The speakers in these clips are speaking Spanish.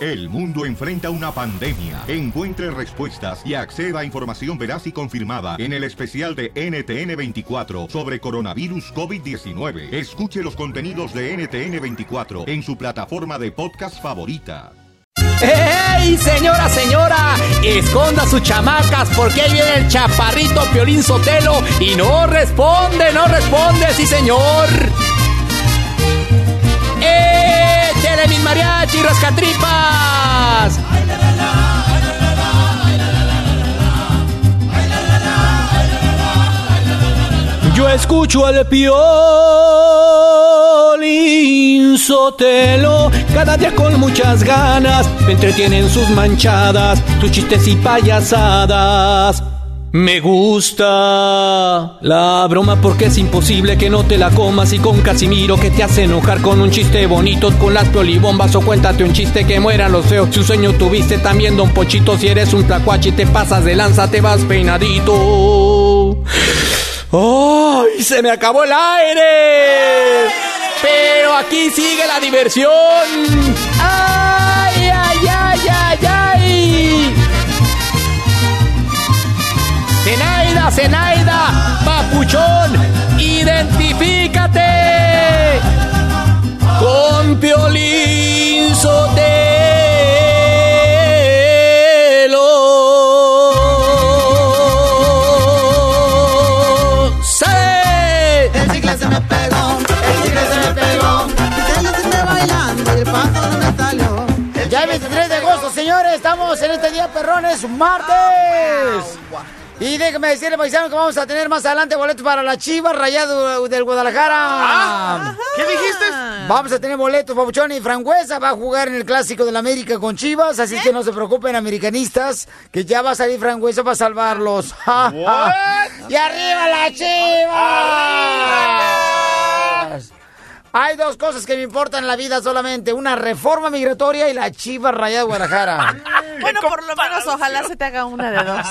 El mundo enfrenta una pandemia. Encuentre respuestas y acceda a información veraz y confirmada en el especial de NTN24 sobre coronavirus COVID-19. Escuche los contenidos de NTN24 en su plataforma de podcast favorita. ¡Ey, señora, señora! Esconda sus chamacas porque ahí viene el chaparrito Piolín Sotelo y no responde, sí, señor. ¡Échale mis mariachi, rascatripas! Yo escucho al Piolín Sotelo cada día con muchas ganas. Me entretienen sus manchadas, sus chistes y payasadas. Me gusta la broma porque es imposible que no te la comas. Y con Casimiro que te hace enojar con un chiste bonito. Con las piolibombas o cuéntate un chiste que mueran los feos. Si un sueño tuviste también, Don Pochito. Si eres un tlacuache y te pasas de lanza, te vas peinadito. ¡Ay! ¡Se me acabó el aire! Pero aquí sigue la diversión. ¡Ay, ay, ay, ay, ay! Zenaida, papuchón, identifícate con Piolín Sotelo. ¡Sale! El chicle se me pegó, y bailando, el paso no me salió. Ya el 23 de agosto, señores, estamos en este día perrones, martes. Y déjame decirle, paisano, que vamos a tener más adelante boletos para la Chivas Rayadas del Guadalajara. ¿Qué dijiste? Vamos a tener boletos, papuchón, y Frangüesa va a jugar en el Clásico de la América con Chivas, así que no se preocupen, americanistas, que ya va a salir Frangüesa para salvarlos. ¡Y arriba la Chivas! Hay dos cosas que me importan en la vida solamente, una reforma migratoria y la Chivas Rayadas de Guadalajara. Bueno, por lo menos ojalá se te haga una de dos.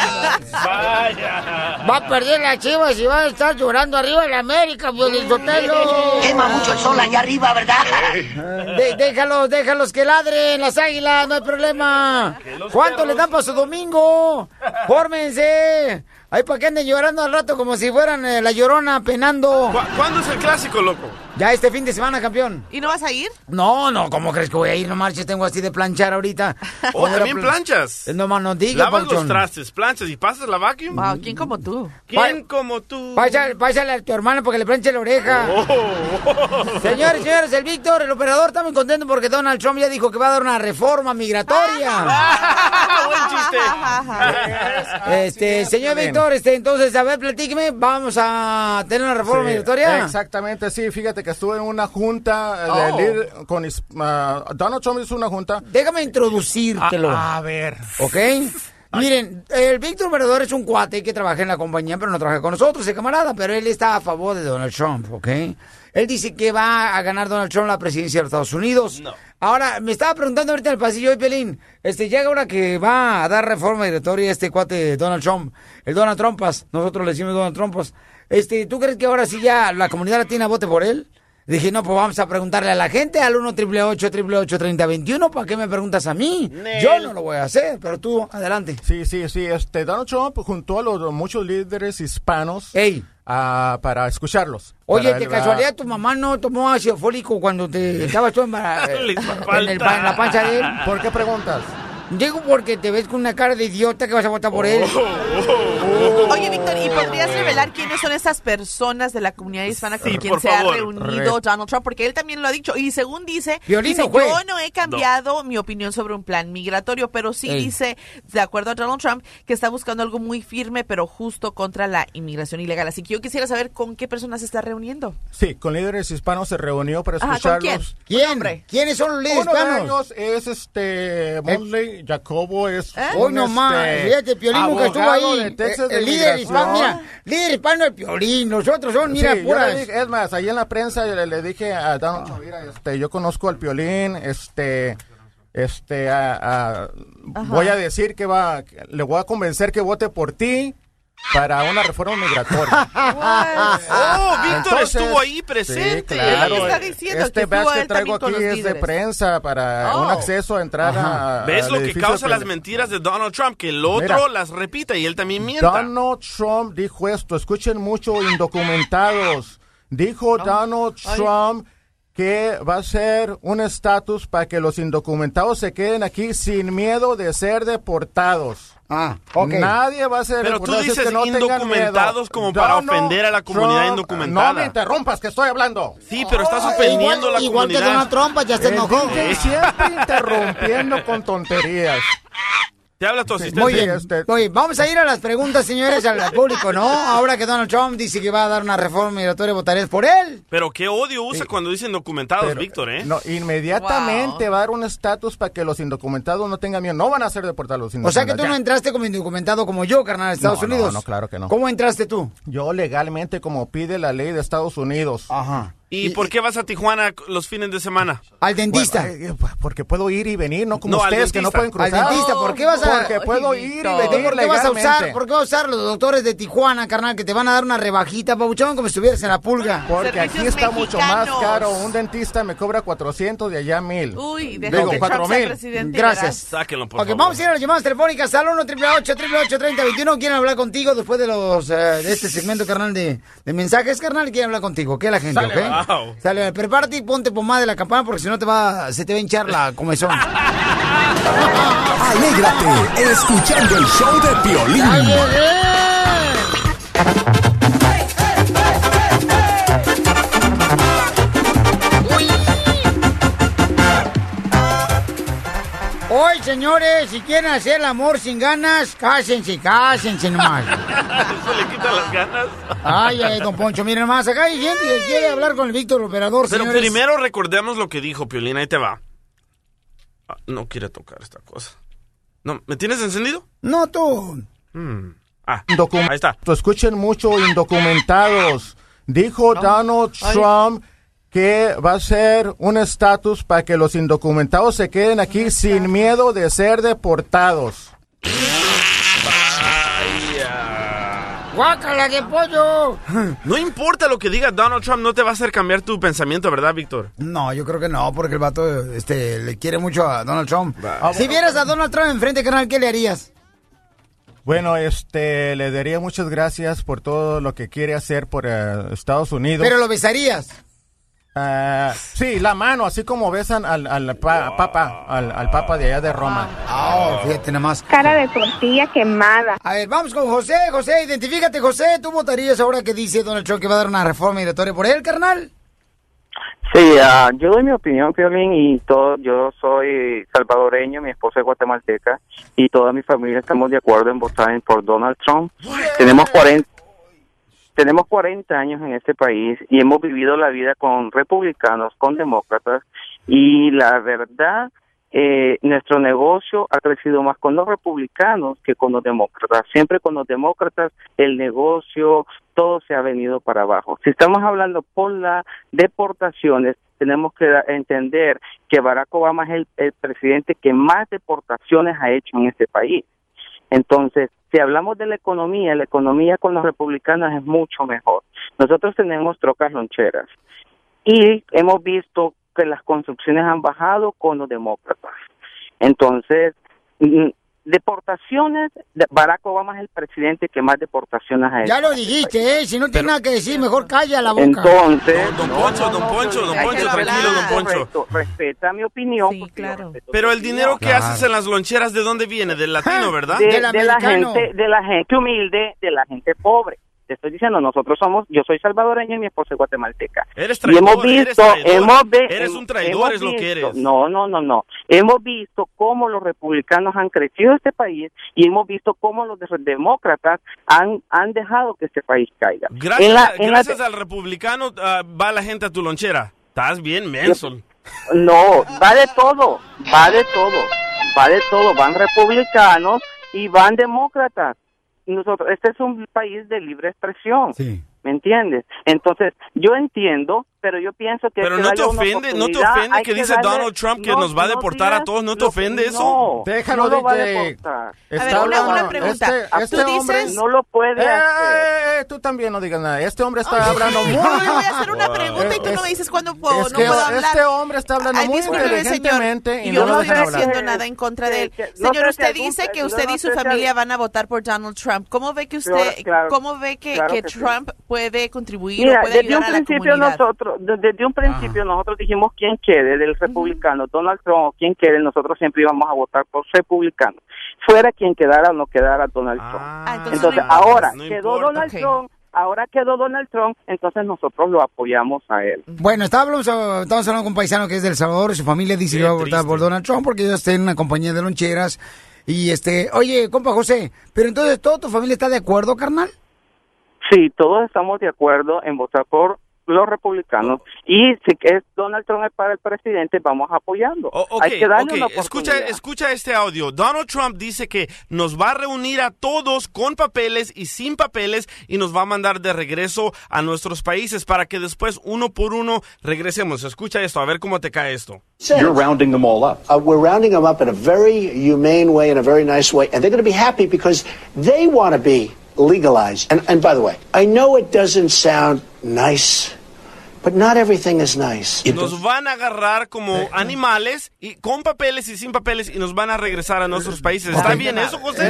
Vaya. Va a perder la Chivas y va a estar llorando arriba en América, Piolín Sotelo. Quema mucho el sol allá arriba, ¿verdad? Déjalos que ladren las águilas, no hay problema. ¿Cuánto les dan para su domingo? Fórmense. Ahí para que anden llorando al rato como si fueran la Llorona penando. ¿Cuándo es el clásico, loco? Ya este fin de semana, campeón. ¿Y no vas a ir? No, ¿cómo crees que voy a ir? No marches, tengo así de planchar ahorita. ¿También planchas? No más no digas, lavas Pauchón. los trastes, planchas y pasas la vacuum. Wow, ¿quién como tú? ¿Quién como tú? Pásale a tu hermano para que le planche la oreja. Señores, el Víctor, el operador, está muy contento porque Donald Trump ya dijo que va a dar una reforma migratoria. Buen chiste. Señor Víctor, entonces, a ver, platíqueme, ¿vamos a tener una reforma migratoria? Exactamente, sí, fíjate que estuve en una junta de líder con Donald Trump hizo una junta. Déjame introducírtelo. A ver. ¿Ok? Miren, el Víctor Verador es un cuate que trabaja en la compañía, pero no trabaja con nosotros, ese camarada, pero él está a favor de Donald Trump, ¿ok? Él dice que va a ganar Donald Trump la presidencia de los Estados Unidos. No. Ahora, me estaba preguntando ahorita en el pasillo de Pelín, llega ahora que va a dar reforma migratoria este cuate de Donald Trump, el Donald Trumpas, nosotros le decimos Donald Trumpas. ¿Tú crees que ahora sí ya la comunidad latina vote por él? Dije, no, pues vamos a preguntarle a la gente al 1-888-888-3021. ¿Para qué me preguntas a mí? Yo no lo voy a hacer, pero tú, adelante. Sí. Donald Trump juntó a muchos líderes hispanos para escucharlos. Oye, de casualidad, ¿tu mamá no tomó ácido fólico cuando te estabas tú en la pancha de él? ¿Por qué preguntas? Digo porque te ves con una cara de idiota que vas a votar por él. Oye, Víctor, ¿y podrías revelar quiénes son esas personas de la comunidad hispana con quien se ha reunido Donald Trump? Porque él también lo ha dicho. Y según dice yo no he cambiado mi opinión sobre un plan migratorio, pero sí dice, de acuerdo a Donald Trump, que está buscando algo muy firme, pero justo contra la inmigración ilegal. Así que yo quisiera saber con qué personas se está reuniendo. Sí, con líderes hispanos se reunió para escucharlos. ¿Quién? ¿Quiénes son los líderes hispanos? Uno de ellos es Mosley Jacobo, es hoy nomás, fíjate, Piolín nunca estuvo ahí. El líder hispano, mira, líder hispano el Piolín, nosotros son, mira, puras. Es más, ahí en la prensa le dije a Donald Trump, mira, yo conozco al Piolín, voy a decir que le voy a convencer que vote por ti para una reforma migratoria. Víctor estuvo ahí presente. Sí, claro. Está diciendo este badge que traigo aquí es de prensa para un acceso a entrar a... ¿Ves lo que causa las mentiras de Donald Trump? Que el otro las repita y él también mienta. Donald Trump dijo esto, escuchen mucho, indocumentados. Dijo Donald Trump que va a ser un estatus para que los indocumentados se queden aquí sin miedo de ser deportados. Nadie va a ser deportado. Pero tú dices que no indocumentados como para ofender a la comunidad indocumentada. No me interrumpas, que estoy hablando. Sí, pero estás ofendiendo a la igual comunidad. Igual que Donald Trump, ya se enojó. Siempre interrumpiendo con tonterías. Te habla tu asistente. Muy bien. Oye, vamos a ir a las preguntas, señores, al público, ¿no? Ahora que Donald Trump dice que va a dar una reforma migratoria, ¿votarías por él? Pero qué odio usa cuando dicen documentados, Víctor, ¿eh? No, inmediatamente va a dar un estatus para que los indocumentados no tengan miedo. No van a ser deportados los indocumentados. O sea que tú no entraste como indocumentado como yo, carnal, a Estados Unidos. No, claro que no. ¿Cómo entraste tú? Yo legalmente, como pide la ley de Estados Unidos. Ajá. ¿Y por qué vas a Tijuana los fines de semana? Al dentista. Bueno, porque puedo ir y venir, no como ustedes que no pueden cruzar. Al dentista, ¿por qué vas a...? Porque puedo ir y venir ¿Por qué vas a usar? ¿Por qué vas a usar los doctores de Tijuana, carnal, que te van a dar una rebajita, pabuchón, como si estuvieras en la pulga? Porque aquí está mucho más caro. Un dentista me cobra 400 y allá 1,000. Uy, digo 4,000. Gracias. Sáquenlo, por favor. Vamos a ir a las llamadas telefónicas al 1-888-888-3021. ¿Quieren hablar contigo después de de este segmento, carnal, de mensajes, carnal? ¿Quieren hablar contigo? ¿Qué la gente, Sale, ok? wow. Sale, prepárate y ponte pomada de la campana porque si no se te va a hinchar la comezón. Alégrate escuchando el show de Piolín. Hoy, señores, si quieren hacer el amor sin ganas, cásense nomás. ¿Eso le quita las ganas? Ay, don Poncho, miren más, acá hay gente que quiere hablar con el Víctor Operador, Pero señores. primero recordemos lo que dijo Piolín, ahí te va. No quiere tocar esta cosa. No, ¿me tienes encendido? No, tú. Ahí está. Escuchen mucho, indocumentados. Dijo Donald Trump que va a ser un estatus para que los indocumentados se queden aquí sin miedo de ser deportados. ¡Guácala de pollo! No importa lo que diga Donald Trump, no te va a hacer cambiar tu pensamiento, ¿verdad, Víctor? No, yo creo que no, porque el vato le quiere mucho a Donald Trump. Si vieras a Donald Trump enfrente, carnal, ¿qué le harías? Bueno, le daría muchas gracias por todo lo que quiere hacer por Estados Unidos. ¿Pero lo besarías? Sí, la mano, así como besan al papa de allá de Roma. Fíjate nada más. Cara de tortilla quemada. A ver, vamos con José. José, identifícate, José. ¿Tú votarías ahora que dice Donald Trump que va a dar una reforma migratoria por él, carnal? Sí, yo doy mi opinión, Piolín, y yo soy salvadoreño, mi esposa es guatemalteca, y toda mi familia estamos de acuerdo en votar por Donald Trump. Tenemos 40 años en este país y hemos vivido la vida con republicanos, con demócratas, y la verdad, nuestro negocio ha crecido más con los republicanos que con los demócratas. Siempre con los demócratas el negocio, todo se ha venido para abajo. Si estamos hablando por las deportaciones, tenemos que entender que Barack Obama es el presidente que más deportaciones ha hecho en este país. Entonces, si hablamos de la economía con los republicanos es mucho mejor. Nosotros tenemos trocas loncheras y hemos visto que las construcciones han bajado con los demócratas. Entonces, deportaciones, Barack Obama es el presidente que más deportaciones ha hecho. Ya lo dijiste, si no tienes nada que decir, mejor calla la boca. Entonces, Don Poncho, tranquilo, don Poncho. Respeta mi opinión. Sí, claro. Pero el dinero que haces en las loncheras, ¿de dónde viene? ¿Del latino, verdad? De la gente humilde, de la gente pobre. Te estoy diciendo, yo soy salvadoreño y mi esposa es guatemalteca. Eres traidor, eres un traidor, es lo que eres. No. Hemos visto cómo los republicanos han crecido en este país y hemos visto cómo los demócratas han dejado que este país caiga. Gracias al republicano va la gente a tu lonchera. Estás bien menso. No, va de todo. Van republicanos y van demócratas. Este es un país de libre expresión, sí. ¿Me entiendes? Entonces, yo entiendo pero yo pienso que... Pero no te ofende que dice Donald Trump que nos va a deportar a todos, ¿no te ofende eso? No, déjalo, no lo va a DJ. deportar. A ver, una pregunta. Este ¿Tú hombre dices? No lo puede hacer. Tú también no digas nada. Este hombre está hablando muy... Yo le voy a hacer una pregunta y tú no me dices cuándo puedo, es que no puedo hablar. Este hombre está hablando muy discúlpeme, inteligentemente señor, y yo no lo no dejan estoy hablar. haciendo nada en contra de él. Señor, usted dice que usted y su familia van a votar por Donald Trump. ¿Cómo ve que usted, cómo ve que Trump puede contribuir o puede ayudar a la comunidad? Desde un principio nosotros dijimos quién quede del republicano, Donald Trump o quién quede, nosotros siempre íbamos a votar por republicano. Fuera quien quedara o no quedara Donald Trump. Entonces ahora quedó Donald Trump. Ahora quedó Donald Trump, entonces nosotros lo apoyamos a él. Bueno, estamos hablando con un paisano que es de El Salvador y su familia dice que va a votar por Donald Trump porque ellos tienen una compañía de loncheras. Y oye, compa José, pero entonces ¿toda tu familia está de acuerdo, carnal? Sí, todos estamos de acuerdo en votar por los republicanos y si es Donald Trump es para el presidente, vamos a apoyarlo. Hay que darle una oportunidad. Escucha este audio. Donald Trump dice que nos va a reunir a todos con papeles y sin papeles y nos va a mandar de regreso a nuestros países para que después uno por uno regresemos. Escucha esto, a ver cómo te cae esto. You're rounding them all up. We're rounding them up in a very humane way, in a very nice way, and they're going to be happy because they want to be legalized. And by the way, I know it doesn't sound nice, but not everything is nice. Nos van a agarrar como animales y con papeles y sin papeles y nos van a regresar a nuestros países. ¿Está bien eso, José?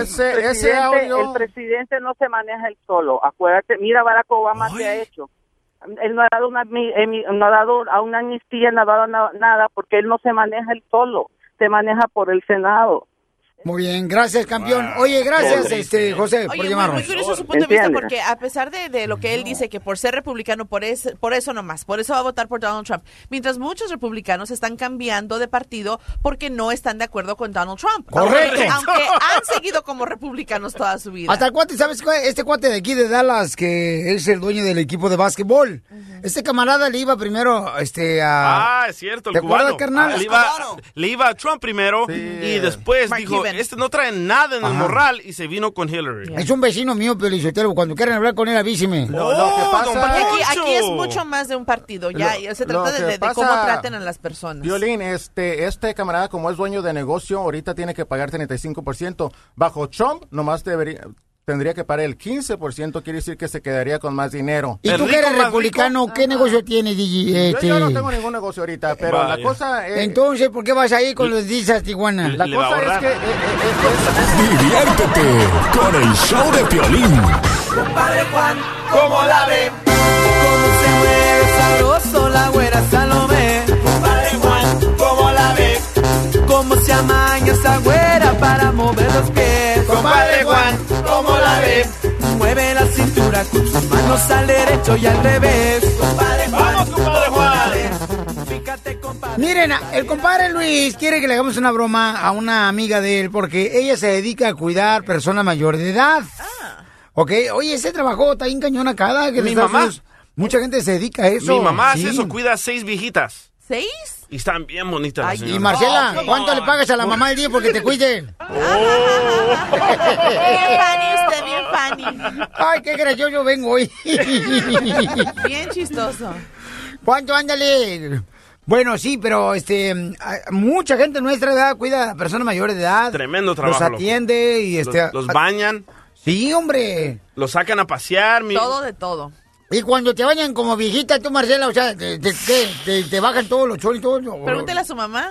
El presidente no se maneja él solo. Acuérdate, mira Barack Obama qué ha hecho. Él no ha dado una amnistía, no ha dado nada porque él no se maneja él solo. Se maneja por el Senado. Muy bien, gracias, campeón. Oye, gracias, José, por llamarnos. Muy curioso su punto de vista, porque a pesar de lo que él dice, que por ser republicano, por eso nomás, por eso va a votar por Donald Trump, mientras muchos republicanos están cambiando de partido porque no están de acuerdo con Donald Trump. Correcto. Aunque han seguido como republicanos toda su vida. Hasta el cuate, ¿sabes cuál? Este cuate de aquí de Dallas, que es el dueño del equipo de básquetbol. Este camarada le iba primero es cierto, el cubano. Carnal? Le iba a Trump primero y después dijo, no trae nada en el morral y se vino con Hillary. Es un vecino mío, Pelizotero. Cuando quieran hablar con él, avíseme. Lo que pasa aquí es mucho más de un partido. Ya se trata de cómo traten a las personas. Violín, este camarada, como es dueño de negocio, ahorita tiene que pagar 35%. Bajo Trump, nomás tendría que pagar el 15%, quiere decir que se quedaría con más dinero. ¿Y tú que eres republicano, qué negocio tienes, DJ? Yo no tengo ningún negocio ahorita, pero la cosa es... Entonces, ¿por qué vas ahí con los disas Tijuana? La cosa es que... Diviértete con el show de Piolín. Compadre Juan, ¿cómo la ve? ¿Cómo se mueve sabroso la güera Salomé? Compadre Juan, ¿cómo la ve? ¿Cómo se amaña esa güera para mover los pies? Compadre Juan, ¿cómo la ve? Mueve la cintura con sus manos al derecho y al revés. Compadre Juan, vamos, compadre Juan. Fíjate, compadre. Miren, el compadre Luis quiere que le hagamos una broma a una amiga de él porque ella se dedica a cuidar personas mayores de edad. Ok, oye, ese trabajo está bien cañón acá. Mi mamá. Mucha gente se dedica a eso. Mi mamá hace eso, cuida a 6 viejitas. ¿6? Y están bien bonitas las señoras. Y Marcela, ¿cuánto le pagas a la mamá del día porque te cuide? Bien funny usted, bien funny. Ay, qué gracioso vengo hoy. Bien chistoso. ¿Cuánto? Ándale. Bueno, sí, pero mucha gente de nuestra edad cuida a personas mayores de edad. Tremendo trabajo. Los atiende y los bañan. Sí, hombre. Los sacan a pasear. Todo de todo. Y cuando te bañan como viejita, tú, Marcela, o sea, te bajan todos los cholos y todo. Pregúntele a su mamá.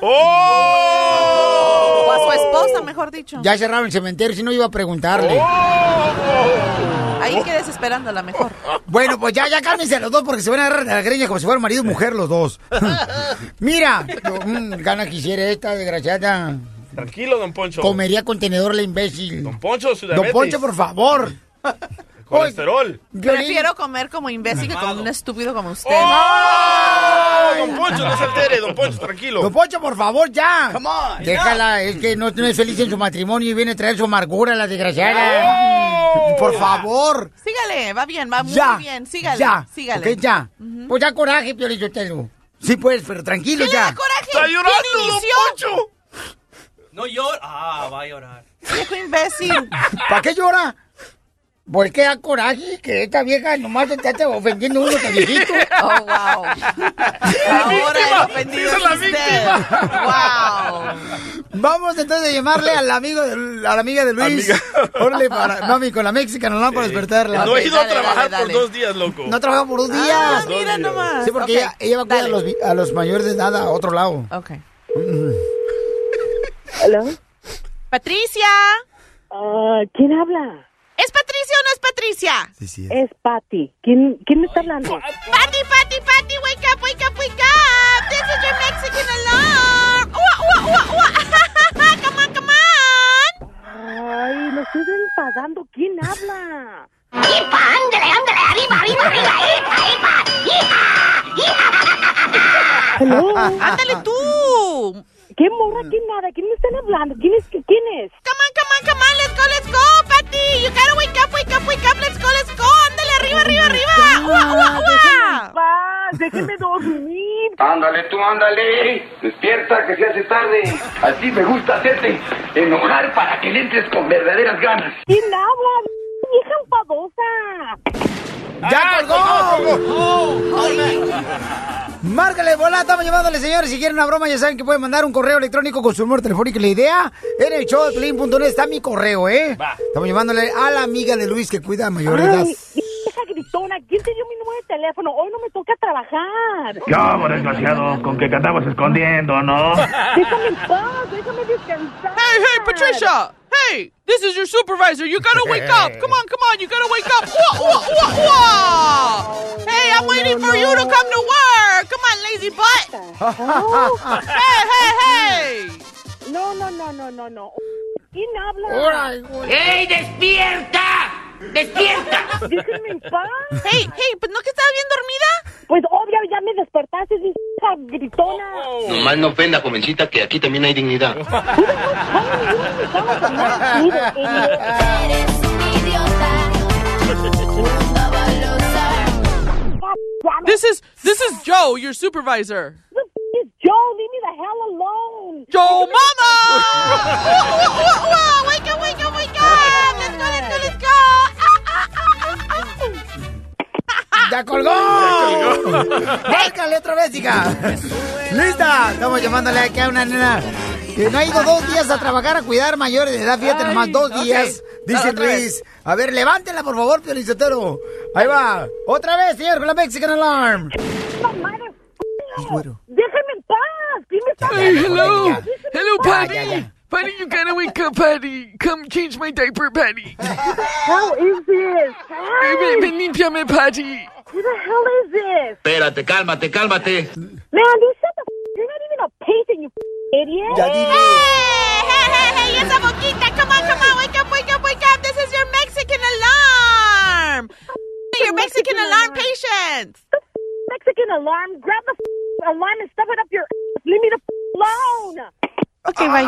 ¡Oh! O a su esposa, mejor dicho. Ya cerraron el cementerio, si no iba a preguntarle. Ahí quedes esperándola mejor. Bueno, pues ya cálmense los dos porque se van a agarrar de la greña como si fueran marido y mujer los dos. Mira, gana quisiera esta desgraciada. Tranquilo, don Poncho. Comería con tenedor la imbécil. Don Poncho, su diabetes. Don Poncho, por favor. Colesterol. Prefiero comer como imbécil que como un estúpido como usted. ¡Oh! Don Poncho, no se altere, don Poncho, tranquilo. Don Poncho, por favor, ya. Come on, déjala, es que no es feliz en su matrimonio y viene a traer su amargura, la desgraciada. Por favor. Sígale, va bien, va muy bien. Sígale, sígale. Ok, ya. Pues ya coraje, Piolichotelo. Sí, pues, pero tranquilo ya. ¿Qué coraje? ¡Está llorando, don Poncho! No llora. Va a llorar. Viejo imbécil. ¿Para qué llora? Pues qué da coraje que esta vieja nomás te está ofendiendo uno tan viejito. Oh, wow. Ahora el ofendido es usted. Wow. Vamos entonces a llamarle a la amiga de Luis. Órale, mami, con la Mexican Alarm para despertarla. No he ido a trabajar por 2 días, loco. No ha trabajado por 2 días. Mira nomás. Sí, porque ella va a cuidar a los mayores de edad a otro lado. Ok. ¿Hola? Patricia. ¿Quién habla? ¿Es Patricia o no es Patricia? Sí. Es Patty. ¿Quién me está hablando? Patty, wake up. This is your Mexican alarm. Come on. Ay, lo estoy enfadando. ¿Quién habla? ¡Ipa! ¡Ándale! ¡Arriba! ¿Hello? Ándale tú. ¿Qué morra? ¿Quién nada? ¿Quién me están hablando? ¿Quién es? Come on. Let's go, Patty. You gotta wake up. Let's go. Ándale, arriba. Déjenme dormir. Ándale tú, despierta que se hace tarde. Así me gusta hacerte enojar para que le entres con verdaderas ganas. ¿Quién habla? Vieja enfadosa. ¡Ya colgó! Márcale, bola, estamos llamándole, señores. Si quieren una broma, ya saben que pueden mandar un correo electrónico con su número telefónico y la idea. En el show de Piolín.net está mi correo, Va. Estamos llamándole a la amiga de Luis que cuida a mayor edad. Vieja gritona, ¿quién te dio mi número de teléfono? Hoy no me toca trabajar. ¿Qué hago, desgraciado? Con que andabas escondiendo, ¿no? Déjame en paz, déjame descansar. Hey, Patricia. Hey, this is your supervisor. You gotta wake up. Come on. You gotta wake up. Hey, I'm waiting for you to come to work. Come on, lazy butt. Hey. No. ¿Quién habla? ¡Ey, despierta! Déjenme en paz. Hey, ¿pues no que estabas bien dormida? Pues obvio, ya me despertaste, hija gritona. Nomás no ofenda, jovencita, que aquí también hay dignidad. Eres un idiota. This is Joe, your supervisor. Joe, leave me the hell alone. Joe, mama! Wake up! Let's go! ¡Ya colgó! ¡Márcale otra vez, hija! ¡Lista! Estamos llamándole aquí a una nena que no ha ido 2 días a trabajar a cuidar mayores de edad. Fíjate nomás, 2 días. Dice Luis. A ver, levántela, por favor, Piolinsotero. Ahí va. Otra vez, señor, con la Mexican Alarm. Déjame en paz. ¿Quién me está Hello, Patty. Patty, you gotta wake up, Patty. Come change my diaper, Patty. How is this? Ven, límpiame, Patty. Who the hell is this? Espérate, cálmate. Man, you shut the You're not even a patient, you idiot. Hey, esa boquita. Come on. Wake up. This is your Mexican alarm. Your Mexican alarm patient. Mexican alarm? Grab the alarm and stuff it up your ass. Leave me the alone. Okay, bye.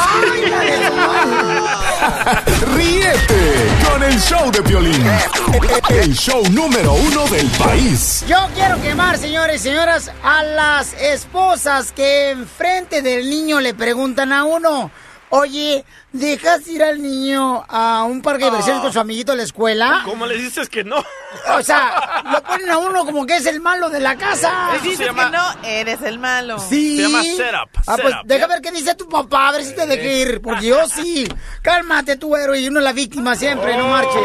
Ríete con el show de Piolín, el show número 1 del país. Yo quiero quemar, señores y señoras, a las esposas que enfrente del niño le preguntan a uno: oye, ¿dejas ir al niño a un parque de diversiones con su amiguito de la escuela? ¿Cómo le dices que no? O sea, lo ponen a uno como que es el malo de la casa. Le dices que no, eres el malo. Sí. Se llama setup. Pues deja ver qué dice tu papá, a ver si te deja ir. Porque yo sí. Cálmate tú, héroe, y uno es la víctima siempre, no marches.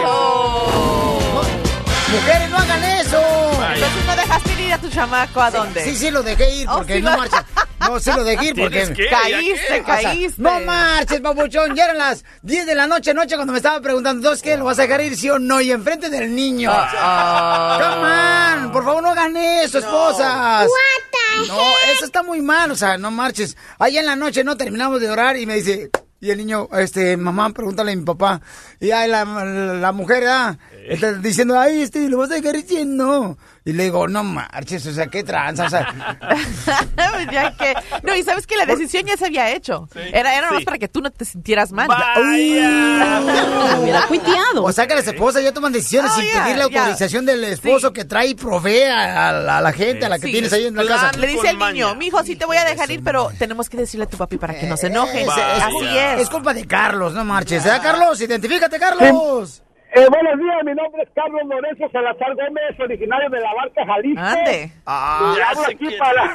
Mujeres, no hagan eso. Entonces no dejaste ir a tu chamaco, ¿a dónde? Sí, lo dejé ir porque sí no marcha. No, sí lo dejé ir porque... Caíste. No marches, papuchón. Ya eran las 10 de la noche cuando me estaba preguntando, ¿entonces qué? ¿Lo vas a dejar ir, sí o no? Y enfrente del niño. Come on, por favor, no hagan eso, esposas. No, eso está muy mal, o sea, no marches. Allá en la noche no terminamos de orar y me dice... Y el niño, mamá, pregúntale a mi papá. Y ahí la mujer, está diciendo, ay, ¿lo vas a dejar diciendo? Y le digo, no marches, o sea, qué tranza, o sea. Ya que... No, y sabes que la decisión ya se había hecho. Sí. Era nomás para que tú no te sintieras mal. Hubiera cuiteado. O sea, que las esposas ya toman decisiones sin pedir la autorización del esposo que trae y provee a la gente, a la que tienes ahí en la casa. Le dice al niño, mijo, sí te voy a dejar ir, pero tenemos que decirle a tu papi para que no se enoje. Así es. Es culpa de Carlos, no marches. Carlos? Identifícate, Carlos. Buenos días, mi nombre es Carlos Lorenzo Salazar Gómez, originario de La Barca, Jalisco. ¡Ande! Y hablo aquí para...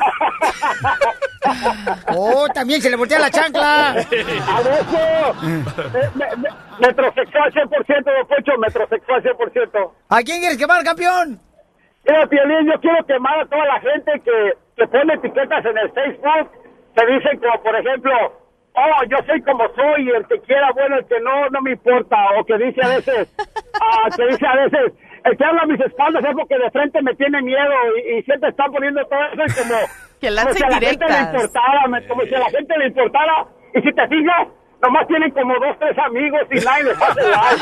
¡Oh, también se le voltea la chancla! ¡A eso! Metrosexual 100%, don Poncho, metrosexual 100%. ¿A quién quieres quemar, campeón? Mira, Piolín, yo quiero quemar a toda la gente que pone etiquetas en el Facebook, que dicen como, por ejemplo... Oh, yo soy como soy, el que quiera bueno, el que no me importa, o que dice a veces, el que habla a mis espaldas es porque de frente me tiene miedo y siempre están poniendo todo eso y como que si a la gente le importara, como si a la gente le importara, y si te fijas, nomás tienen como 2, 3 amigos y nadie les hace like.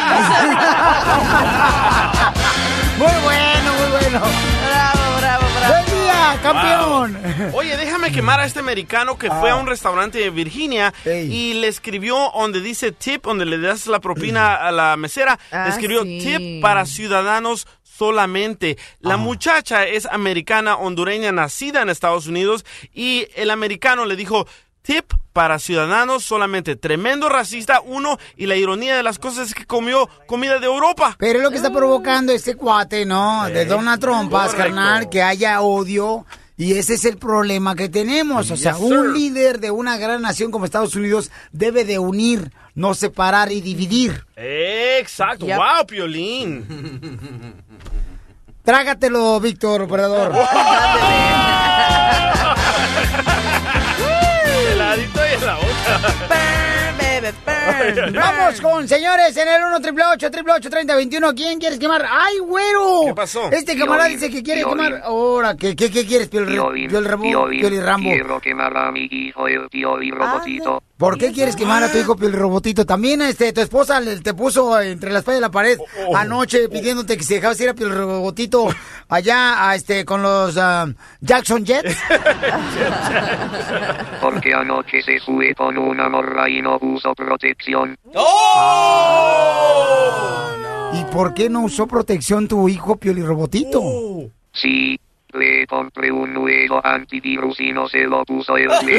Muy bueno, muy bueno. Bravo. ¡Buen día, campeón! Wow. Oye, déjame quemar a este americano que fue a un restaurante de Virginia y le escribió donde dice tip, donde le das la propina a la mesera, le escribió tip para ciudadanos solamente. La muchacha es americana, hondureña, nacida en Estados Unidos, y el americano le dijo tip para ciudadanos solamente. Tremendo racista, uno, y la ironía de las cosas es que comió comida de Europa. Pero es lo que está provocando este cuate, ¿no? De Donald Trump, carnal, que haya odio. Y ese es el problema que tenemos. O sea, un líder de una gran nación como Estados Unidos debe de unir, no separar y dividir. Exacto. Yep. ¡Wow, Piolín! Trágatelo, Víctor, operador. Heladito y en la boca. Vamos con, señores, en el 1-888-888-3021. ¿Quién quieres quemar? ¡Ay, güero! ¿Qué pasó? Este camarada dice que quiere quemar. Ahora, ¿qué quieres, Pioli Rambo? Quiero quemar a mi hijo, el Pioli Robotito. ¿Por qué quieres quemar a tu hijo, Pioli Robotito? También tu esposa te puso entre la espalda y la pared anoche pidiéndote que se dejabas ir a Pioli Robotito allá con los Jackson Jets. Porque anoche se fue con una morra y no puso protección. ¿Y por qué no usó protección tu hijo, Pioli Robotito? Sí, le compré un nuevo antivirus y no se lo puso el güey.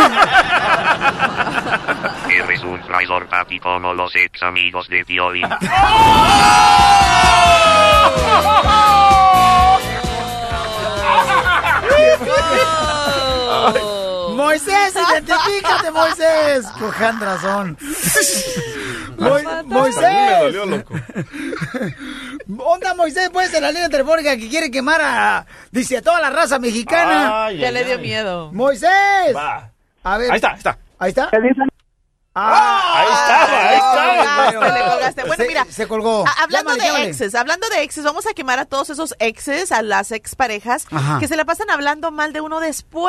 Eres un traidor, papi, como los ex amigos de Piolín. Moisés, identifícate, Moisés. Cojan razón. Moisés. Me dolió, loco. Onda, Moisés, pues en la línea telefónica que quiere quemar a toda la raza mexicana. Ya le dio miedo. Moisés. Va. A ver. Ahí está. ¿Ahí está? Ahí estaba. Le colgaste. Bueno, mira. Se colgó. Hablando de exes, vamos a quemar a todos esos exes, a las exparejas, que se la pasan hablando mal de uno después.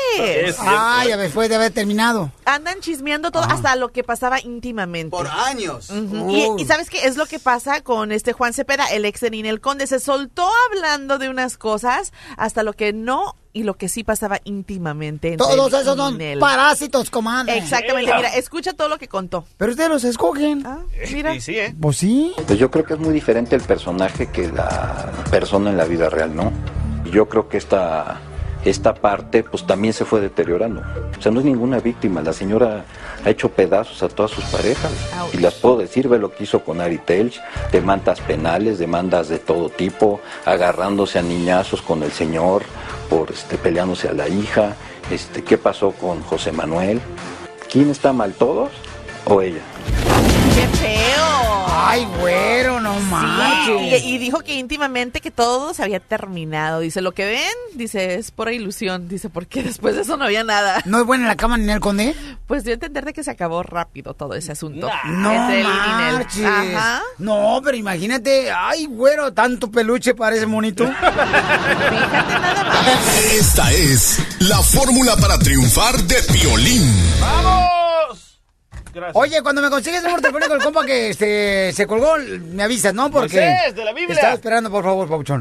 Ya después de haber terminado. Andan chismeando todo, hasta lo que pasaba íntimamente. Por años. Y ¿sabes qué es lo que pasa con Juan Cepeda, el ex de Ninel Conde? Se soltó hablando de unas cosas, hasta lo que no y lo que sí pasaba íntimamente. Todos esos son parásitos, comadre. Exactamente, mira, escucha todo lo que contó. Pero ustedes los escogen. Mira. Y sí, Pues sí. Pues yo creo que es muy diferente el personaje que la persona en la vida real, ¿no? Y yo creo que esta parte pues también se fue deteriorando. O sea, no es ninguna víctima. La señora ha hecho pedazos a todas sus parejas. Y las puedo decir, ve lo que hizo con Ari Telch, demandas penales, demandas de todo tipo, agarrándose a niñazos con el señor, por peleándose a la hija. ¿Qué pasó con José Manuel? ¿Quién está mal, todos o ella? ¡Qué feo! Ay, güero, no manches. Y dijo que íntimamente que todo se había terminado. Dice, lo que ven, dice, es pura ilusión. Dice, porque después de eso no había nada. ¿No es buena en la cama Ninel Conde? Pues dio a entender de que se acabó rápido todo ese asunto. No entre él y Ninel. marches. Ajá. No, pero imagínate, ay, güero, tanto peluche para ese monito. Fíjate nada más. Esta es la fórmula para triunfar de Piolín. ¡Vamos! Gracias. Oye, cuando me consigues el número telefónico del compa que se colgó, me avisas, ¿no? Porque Moisés, de la Biblia. estaba esperando, por favor, Pauchón.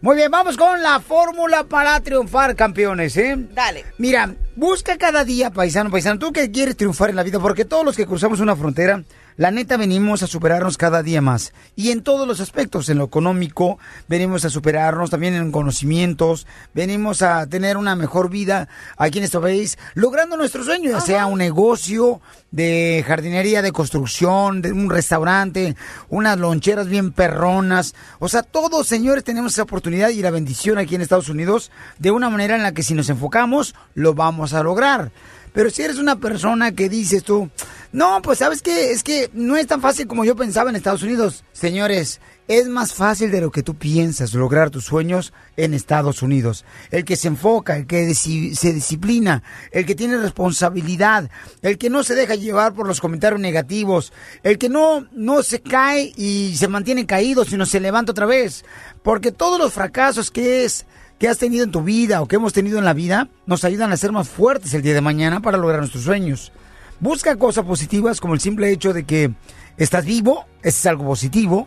Muy bien, vamos con la fórmula para triunfar, campeones, ¿eh? Dale. Mira, busca cada día, paisano, tú que quieres triunfar en la vida, porque todos los que cruzamos una frontera, la neta venimos a superarnos cada día más. Y en todos los aspectos, en lo económico, venimos a superarnos, también en conocimientos, venimos a tener una mejor vida aquí en este país, logrando nuestros sueños, ya sea un negocio de jardinería, de construcción, de un restaurante, unas loncheras bien perronas. O sea, todos, señores, tenemos esa oportunidad y la bendición aquí en Estados Unidos de una manera en la que si nos enfocamos, lo vamos a lograr. Pero si eres una persona que dices tú, no, pues ¿sabes qué? Es que no es tan fácil como yo pensaba en Estados Unidos. Señores, es más fácil de lo que tú piensas lograr tus sueños en Estados Unidos. El que se enfoca, el que se disciplina, el que tiene responsabilidad, el que no se deja llevar por los comentarios negativos, el que no se cae y se mantiene caído, sino se levanta otra vez. Porque todos los fracasos que has tenido en tu vida o que hemos tenido en la vida nos ayudan a ser más fuertes el día de mañana para lograr nuestros sueños. Busca cosas positivas como el simple hecho de que estás vivo, eso es algo positivo.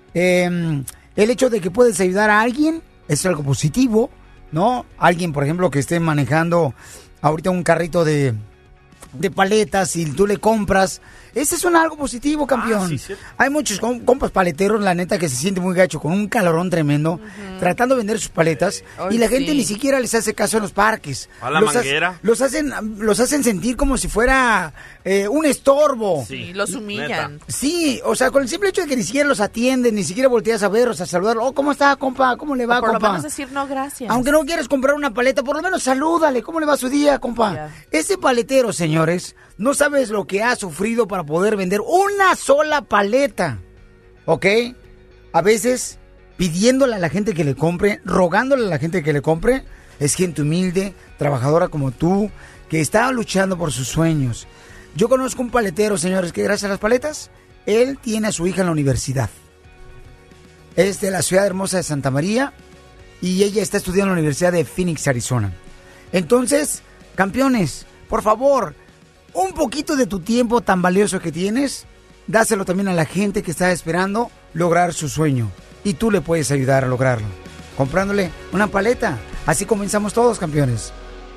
El hecho de que puedes ayudar a alguien, eso es algo positivo, ¿no? Alguien, por ejemplo, que esté manejando ahorita un carrito de paletas y tú le compras, ese es algo positivo, campeón. Sí, sí. Hay muchos compas paleteros, la neta, que se siente muy gacho con un calorón tremendo, tratando de vender sus paletas, y la gente ni siquiera les hace caso en los parques. A la manguera. Los hacen sentir como si fuera un estorbo. Sí, los humillan. Neta. Sí, o sea, con el simple hecho de que ni siquiera los atienden, ni siquiera volteas a verlos, a saludarlos. Oh, ¿cómo está, compa? ¿Cómo le va, por compa? lo menos decir no, gracias. Aunque no quieres comprar una paleta, por lo menos salúdale. ¿Cómo le va su día, compa? Yeah. Ese paletero, señores, no sabes lo que ha sufrido para poder vender una sola paleta. ¿Ok? A veces, pidiéndole a la gente que le compre, rogándole a la gente que le compre, es gente humilde, trabajadora como tú, que está luchando por sus sueños. Yo conozco un paletero, señores, que gracias a las paletas, él tiene a su hija en la universidad. Es de la ciudad hermosa de Santa María y ella está estudiando en la Universidad de Phoenix, Arizona. Entonces, campeones, por favor, un poquito de tu tiempo tan valioso que tienes, dáselo también a la gente que está esperando lograr su sueño. Y tú le puedes ayudar a lograrlo, comprándole una paleta. Así comenzamos todos, campeones.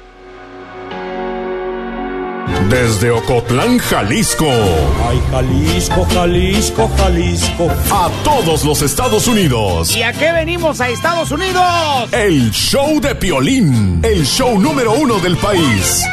Desde Ocotlán, Jalisco. Ay, Jalisco, Jalisco, Jalisco. A todos los Estados Unidos. ¿Y a qué venimos a Estados Unidos? El show de Piolín. El show número 1 del país.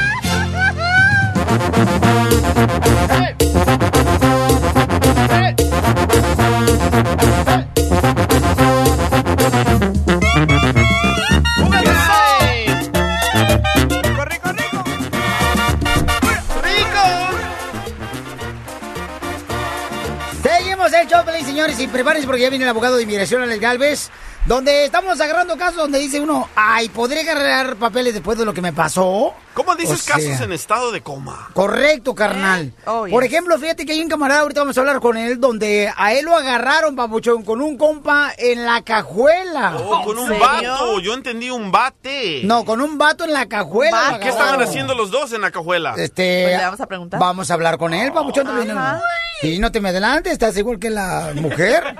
Seguimos el show, señores, y prepárense porque ya viene el abogado de inmigración, Alex Galvez, donde estamos agarrando casos donde dice uno, ay, ¿podré agarrar papeles después de lo que me pasó? ¿Cómo dices O sea, casos en estado de coma? Correcto, carnal. Oh, yes. Por ejemplo, fíjate que hay un camarada, ahorita vamos a hablar con él, donde a él lo agarraron, papuchón, con un compa en la cajuela. Oh, con un vato. Yo entendí un bate. No, con un vato en la cajuela. lo ¿Qué estaban agarraron. haciendo los dos en la cajuela? Pues le vamos a preguntar. Vamos a hablar con él, papuchón. Ajá. Sí, no te me adelantes, estás igual que la mujer.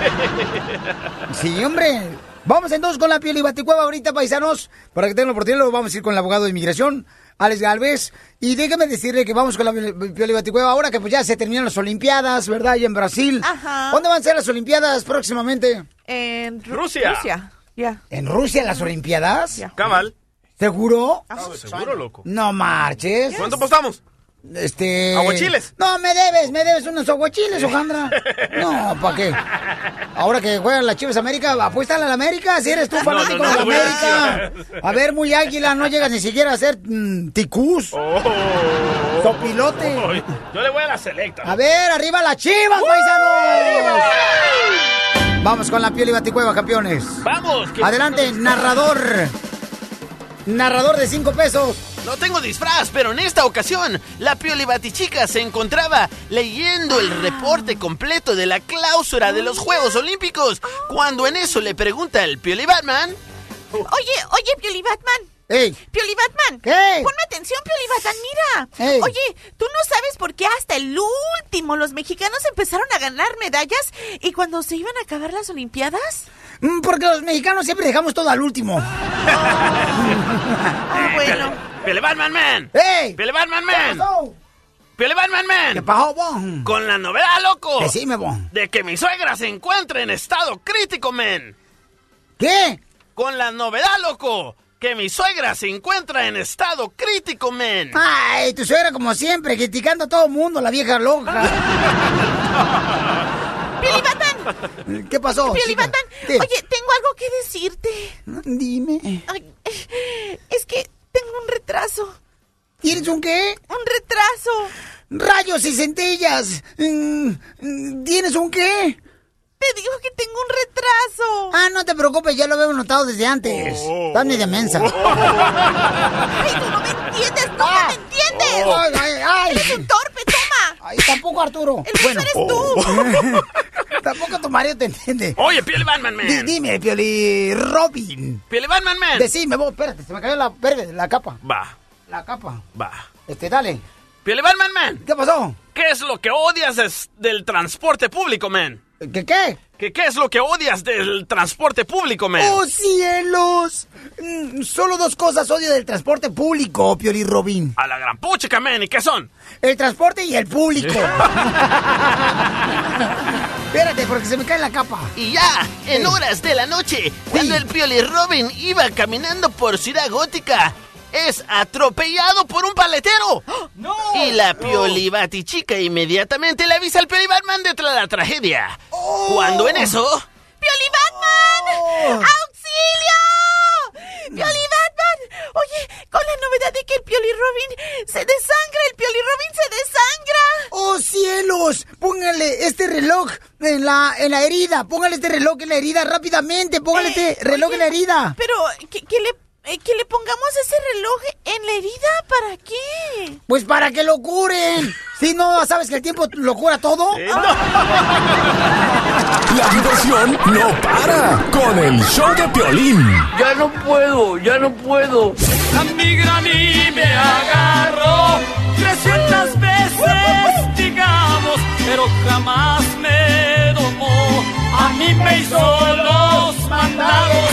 Sí, hombre. Vamos entonces con la Pioli Baticueva ahorita, paisanos. Para que tengan la oportunidad, lo vamos a ir con el abogado de inmigración, Alex Galvez. Y déjame decirle que vamos con la Pioli Baticueva ahora que pues ya se terminan las Olimpiadas, ¿verdad? Allá en Brasil. Ajá. ¿Dónde van a ser las Olimpiadas próximamente? En Rusia. Ya. ¿En Rusia las Olimpiadas? Ya. Cabal. ¿Seguro? Seguro, loco. No marches. ¿Cuánto apostamos? Aguachiles. No, me debes unos aguachiles, Ojandra. No, ¿para qué? Ahora que juegan las Chivas América, apuéstale a la América, si eres tú fanático de la América. A ver, muy águila, no llegas ni siquiera a ser ticús. Sopilote. Yo le voy a la selecta. A ver, arriba las Chivas, paisanos. Vamos con la Pioli Baticueva, campeones. Vamos. Adelante, narrador. Narrador de 5 pesos. No tengo disfraz, pero en esta ocasión, la Pioli Batichica se encontraba leyendo el reporte completo de la clausura de los Juegos Olímpicos, cuando en eso le pregunta el Pioli Batman. Oye, Pioli Batman. ¡Ey! Pioli Batman. ¿Qué? Ponme atención, Pioli Batman, mira. Ey. Oye, ¿tú no sabes por qué hasta el último los mexicanos empezaron a ganar medallas y cuando se iban a acabar las Olimpiadas? Porque los mexicanos siempre dejamos todo al último. Bueno. Pioli Batman Man. ¡Ey! Pioli Batman Man. ¿Qué pasó? Pioli Batman Man. ¿Qué pasó, bon? Con la novedad, loco. Decime, bon. De que mi suegra se encuentra en estado crítico, men. ¿Qué? Con la novedad, loco. Que mi suegra se encuentra en estado crítico, men. Ay, tu suegra como siempre, criticando a todo el mundo, la vieja loca. Pioli Batman. ¿Qué pasó? Pioli Batman. ¿Qué? Oye, tengo algo que decirte. Dime. Ay, es que tengo un retraso. ¿Tienes un qué? Un retraso. ¡Rayos y centellas! ¿Tienes un qué? Te digo que tengo un retraso. Ah, no te preocupes, ya lo habíamos notado desde antes. Estás media mensa. Ay, tú no me entiendes, no me entiendes. Ay. Eres un torpe, toma. Ay, tampoco Arturo. El bueno, eres tú. Tampoco tu marido te entiende. Oye, Pioli Batman Man. Dime, Pioli Robin. Pioli Batman Man. Decime vos, espérate, se me cayó la capa. Va. La capa. Va. Dale. Pioli Batman Man. ¿Qué pasó? ¿Qué es lo que odias del transporte público, man? ¿Qué? ¿Qué es lo que odias del transporte público, man? ¡Oh, cielos! Solo 2 cosas odio del transporte público, Pioli Robin. A la gran puchica, man. ¿Y qué son? El transporte y el público. Espérate, porque se me cae la capa. Y ya, en horas de la noche, cuando el Pioli Robin iba caminando por Ciudad Gótica, es atropellado por un paletero. ¡No! Y la Pioli Batichica inmediatamente le avisa al Pioli Batman de la tragedia. Cuando en eso... ¡Pioli Batman! ¡Auxilio! ¡Pioli Batman! Oye, con la novedad de que el Pioli Robin se desangra, el Pioli Robin se desangra. ¡Oh, cielos! Póngale este reloj en la herida. Póngale este reloj en la herida rápidamente. Póngale este reloj en la herida. Pero, que le pongamos ese reloj en la herida, ¿para qué? Pues para que lo curen. Si no, ¿sabes que el tiempo lo cura todo? La diversión no para con el show de Piolín. Ya no puedo. La migra a mí me agarró 300 veces, digamos, pero jamás me domó. A mí me hizo los mandados.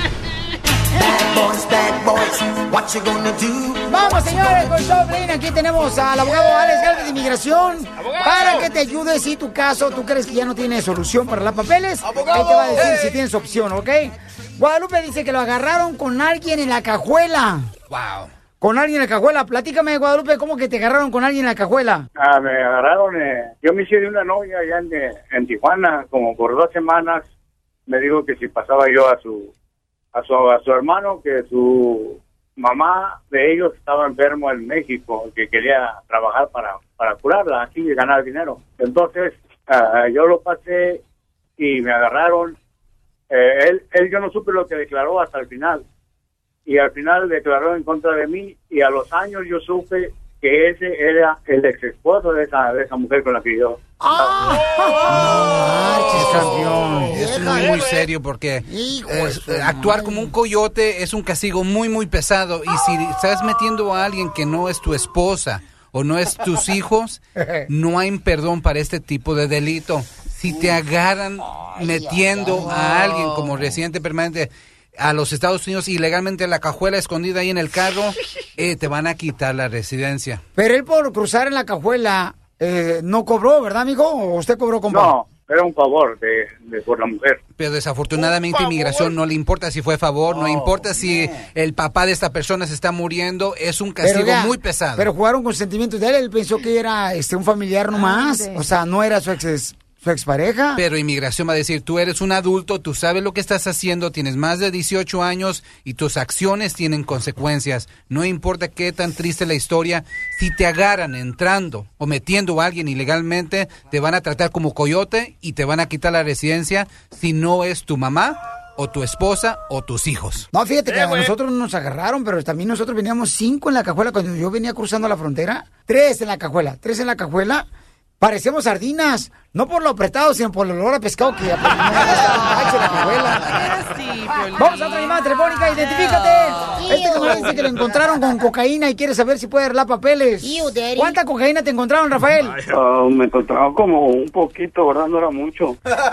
Vamos, señores, con Show. Aquí tenemos al abogado Alex Galvez de Inmigración. Para que te ayude si tu caso, tú crees que ya no tiene solución para los papeles. ¡Abogado! Ahí te va a decir si tienes opción, ¿ok? Guadalupe dice que lo agarraron con alguien en la cajuela. Wow. Con alguien en la cajuela. Platícame, Guadalupe, ¿cómo que te agarraron con alguien en la cajuela? Me agarraron, yo me hice de una novia allá en Tijuana, como por 2 semanas. Me dijo que si pasaba yo a su hermano, que su mamá de ellos estaba enfermo en México, que quería trabajar para curarla aquí y ganar dinero. Entonces, yo lo pasé y me agarraron. Él yo no supe lo que declaró hasta el final. Y al final declaró en contra de mí, y a los años yo supe que ese era el ex esposo de esa mujer con la que yo... Eso es muy, muy serio porque actuar como un coyote es un castigo muy, muy pesado. Y si estás metiendo a alguien que no es tu esposa o no es tus hijos, no hay perdón para este tipo de delito. Si te agarran metiendo a alguien como residente permanente a los Estados Unidos ilegalmente en la cajuela escondida ahí en el carro, te van a quitar la residencia. Pero él por cruzar en la cajuela no cobró, ¿verdad, amigo? ¿O usted cobró, compa? No, era un favor de por la mujer. Pero desafortunadamente inmigración no le importa si fue favor, no importa si el papá de esta persona se está muriendo, es un castigo muy pesado. Pero jugaron con sentimientos de él pensó que era un familiar nomás, o sea, no era su expareja. Pero inmigración va a decir, tú eres un adulto, tú sabes lo que estás haciendo, tienes más de 18 años y tus acciones tienen consecuencias. No importa qué tan triste la historia, si te agarran entrando o metiendo a alguien ilegalmente, te van a tratar como coyote y te van a quitar la residencia si no es tu mamá o tu esposa o tus hijos. No, fíjate que a nosotros nos agarraron, pero también nosotros veníamos 5 en la cajuela cuando yo venía cruzando la frontera. 3 en la cajuela. Parecemos sardinas, no por lo apretado, sino por el olor a pescado que Vamos a otra llamada telefónica, identifícate. Este camarada dice que lo encontraron con cocaína y quiere saber si puede arreglar papeles. ¿Cuánta cocaína te encontraron, Rafael? Me encontraba como un poquito, ¿verdad? No era mucho.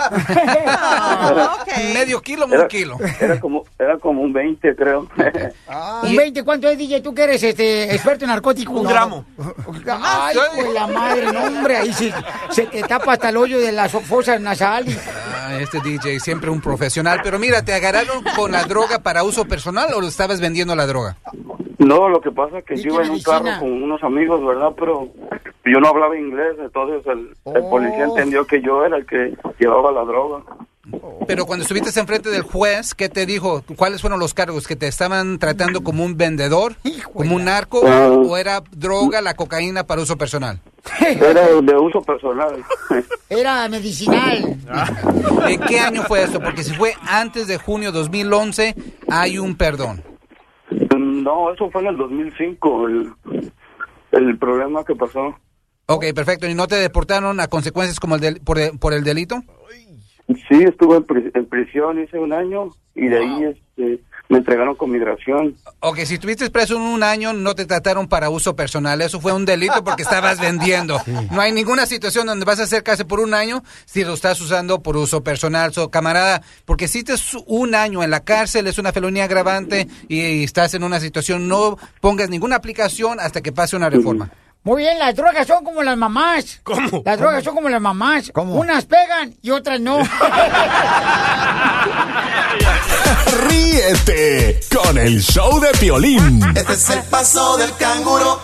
¿Medio kilo o un kilo? Era como un 20, creo. ¿Un 20? ¿Cuánto es, DJ? ¿Tú que eres experto en narcóticos? 1 gramo. Ay, pues la madre, no, hombre, ahí se te tapa hasta el hoyo de las fosas nasales. Este DJ siempre un profesional. Pero mira, ¿te agarraron con la droga para uso personal o lo estabas vendiendo la droga? No, lo que pasa es que yo iba en un carro con unos amigos, ¿verdad? Pero yo no hablaba inglés, entonces el policía entendió que yo era el que llevaba la droga. Pero cuando estuviste enfrente del juez, ¿qué te dijo? ¿Cuáles fueron los cargos? ¿Que te estaban tratando como un vendedor, como un narco, o era droga, la cocaína para uso personal? Era de uso personal. Era medicinal. ¿En qué año fue eso? Porque si fue antes de junio 2011, hay un perdón. No, eso fue en el 2005, el problema que pasó. Ok, perfecto. ¿Y no te deportaron a consecuencias como por el delito? Sí, estuve en prisión, hice 1 año, y de ahí me entregaron con migración. Ok, si estuviste preso en 1 año, no te trataron para uso personal. Eso fue un delito porque estabas vendiendo. No hay ninguna situación donde vas a hacer cárcel por 1 año si lo estás usando por uso personal. Camarada, porque si estás 1 año en la cárcel, es una felonía agravante y estás en una situación, no pongas ninguna aplicación hasta que pase una reforma. Muy bien, las drogas son como las mamás. ¿Cómo? Las drogas son como las mamás. ¿Cómo? Unas pegan y otras no. Ríete con el show de Piolín. Este es el paso del canguro.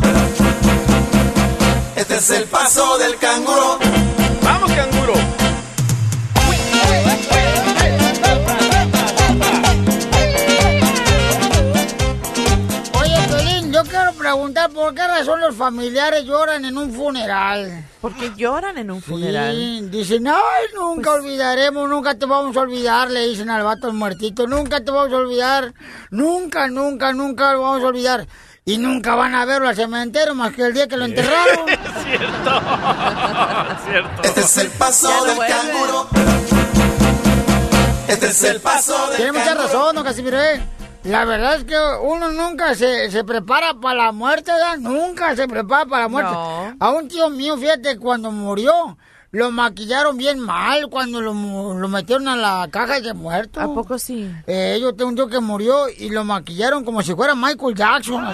Este es el paso del canguro. ¡Vamos, canguro! Yo quiero preguntar por qué razón los familiares lloran en un funeral. ¿Por qué lloran en un funeral? Sí, dicen, ay, nunca olvidaremos, nunca te vamos a olvidar, le dicen al vato muertito, nunca te vamos a olvidar, nunca lo vamos a olvidar. Y nunca van a verlo al cementerio más que el día que lo enterraron. Cierto. Este es el paso del canguro. Este es el paso del canguro. Tiene mucha razón, don Casimiro. La verdad es que uno nunca se prepara para la muerte, ¿verdad? Nunca se prepara para la muerte. No. A un tío mío, fíjate, cuando murió, lo maquillaron bien mal cuando lo metieron a la caja de muertos. ¿A poco sí? Yo tengo un tío que murió y lo maquillaron como si fuera Michael Jackson.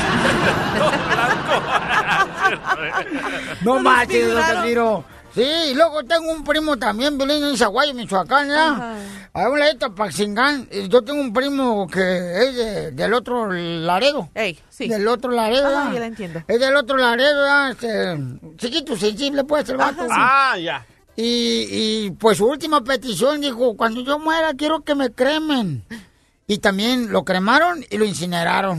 No manches, don Casimiro. Sí, y luego tengo un primo también, Belén, en Zaguayo, Michoacán, ¿ya? A un ladito, Paxingán. Yo tengo un primo que es del otro Laredo. Sí. Del otro Laredo, ya la entiendo. Es del otro Laredo, ¿ya? Chiquito, sensible, pues, el vato. Ya. Y pues su última petición dijo, cuando yo muera quiero que me cremen. Y también lo cremaron y lo incineraron.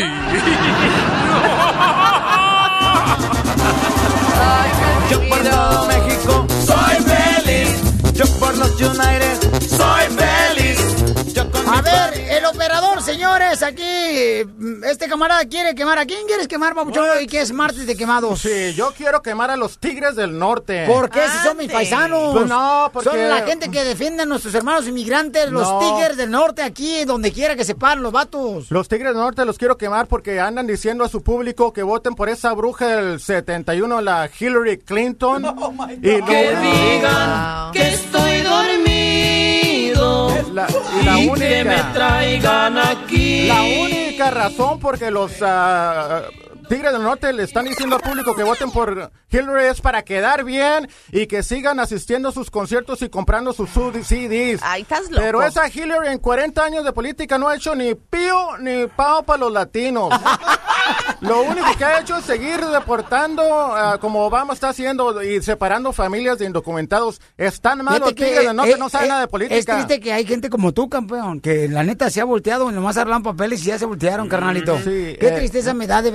Yo por todo México soy feliz. Yo por los United soy feliz. A ver, el operador, señores, aquí, este camarada quiere quemar. ¿A quién quieres quemar, papuchón? Y que es martes de quemados. Sí, yo quiero quemar a los Tigres del Norte. ¿Por qué? Si son mis paisanos. Pues no, porque... Son la gente que defiende a nuestros hermanos inmigrantes, los Tigres del Norte, aquí, donde quiera que se paren los vatos. Los Tigres del Norte los quiero quemar porque andan diciendo a su público que voten por esa bruja del 71, la Hillary Clinton. Y que digan que estoy dormido. La y única, que me traigan aquí. La única razón porque los Tigres del Norte le están diciendo al público que voten por Hillary es para quedar bien y que sigan asistiendo a sus conciertos y comprando sus CDs. Ay, estás loco. Pero esa Hillary en 40 años de política no ha hecho ni pío ni pao para los latinos. Lo único que ha hecho es seguir deportando como Obama está haciendo y separando familias de indocumentados. Están mal los Tigres del Norte, no saben nada de política. Es triste que hay gente como tú, campeón, que la neta se ha volteado y nomás arreglan papeles y ya se voltearon, carnalito. Sí, Qué tristeza me da de veras, pero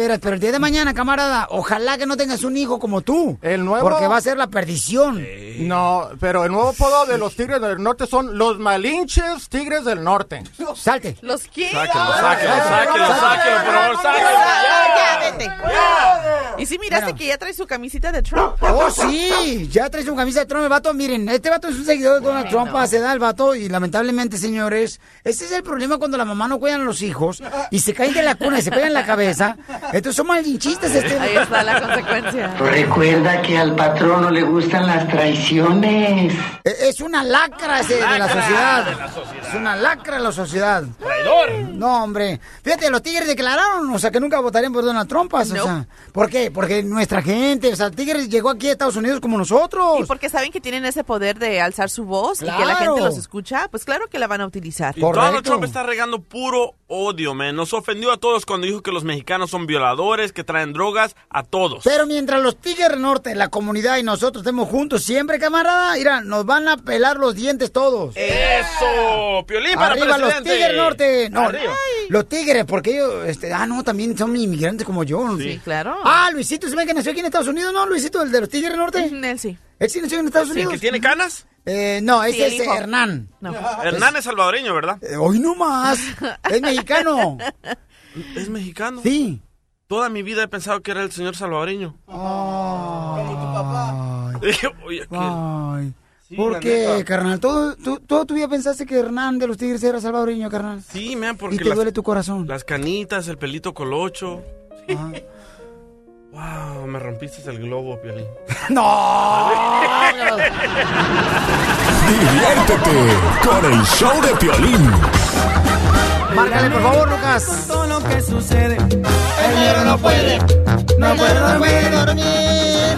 día de mañana, camarada, ojalá que no tengas un hijo como tú. El nuevo... Porque va a ser la perdición. No, pero el nuevo apodo de los Tigres del Norte son los Malinches Tigres del Norte. Salte. ¿Los qué? Sáquelo, por favor, sáquelo. Ya, vete. Y sí, miraste que ya trae su camisita de Trump. Oh, sí, ya trae su camisa de Trump el vato. Miren, este vato es un seguidor de Donald Trump, se da el vato y lamentablemente, señores, este es el problema cuando la mamá no cuida a los hijos y se caen de la cuna y se pegan en la cabeza. Entonces son malinchistas. Ahí está la consecuencia. Recuerda que al patrón no le gustan las traiciones. Es una lacra ese de la sociedad. Es una lacra la sociedad. ¡Traidor! No, hombre. Fíjate, los Tigres declararon, o sea, que nunca votarían por Donald Trump, o sea. ¿Por qué? Porque nuestra gente, o sea, Tigres llegó aquí a Estados Unidos como nosotros. Y porque saben que tienen ese poder de alzar su voz y que la gente los escucha, pues claro que la van a utilizar. Y Donald Trump está regando puro odio, man. Nos ofendió a todos cuando dijo que los mexicanos son violadores, que traen drogas, a todos. Pero mientras los Tigres del Norte, la comunidad y nosotros estemos juntos siempre, camarada, mira, nos van a pelar los dientes todos. ¡Eso! Piolín para arriba presidente. Los Tigres del Norte. No, arriba. Los Tigres, porque ellos, no, también son inmigrantes como yo. Sí, claro. Luisito, ¿se ve que nació aquí en Estados Unidos, no? Luisito, el de los Tigres del Norte. Él sí. ¿Él sí nació en Estados Unidos? ¿El que tiene canas? No, ese es Hernán. No. Hernán es salvadoreño, ¿verdad? Hoy no más. Es mexicano. ¿Es mexicano? Sí. Toda mi vida he pensado que era el señor salvadoreño. Como tu papá. Oye, sí, ¿por qué, carnal? ¿Todo tu vida pensaste que Hernán de los Tigres era salvadoreño, carnal? Sí, man, porque ¿Y te duele tu corazón? Las canitas, el pelito colocho. Sí. Wow, me rompiste el globo, Piolín. ¡No! Diviértete con el show de Piolín. Márcale, por favor, Lucas. Con todo lo que sucede, el negro no puede dormir.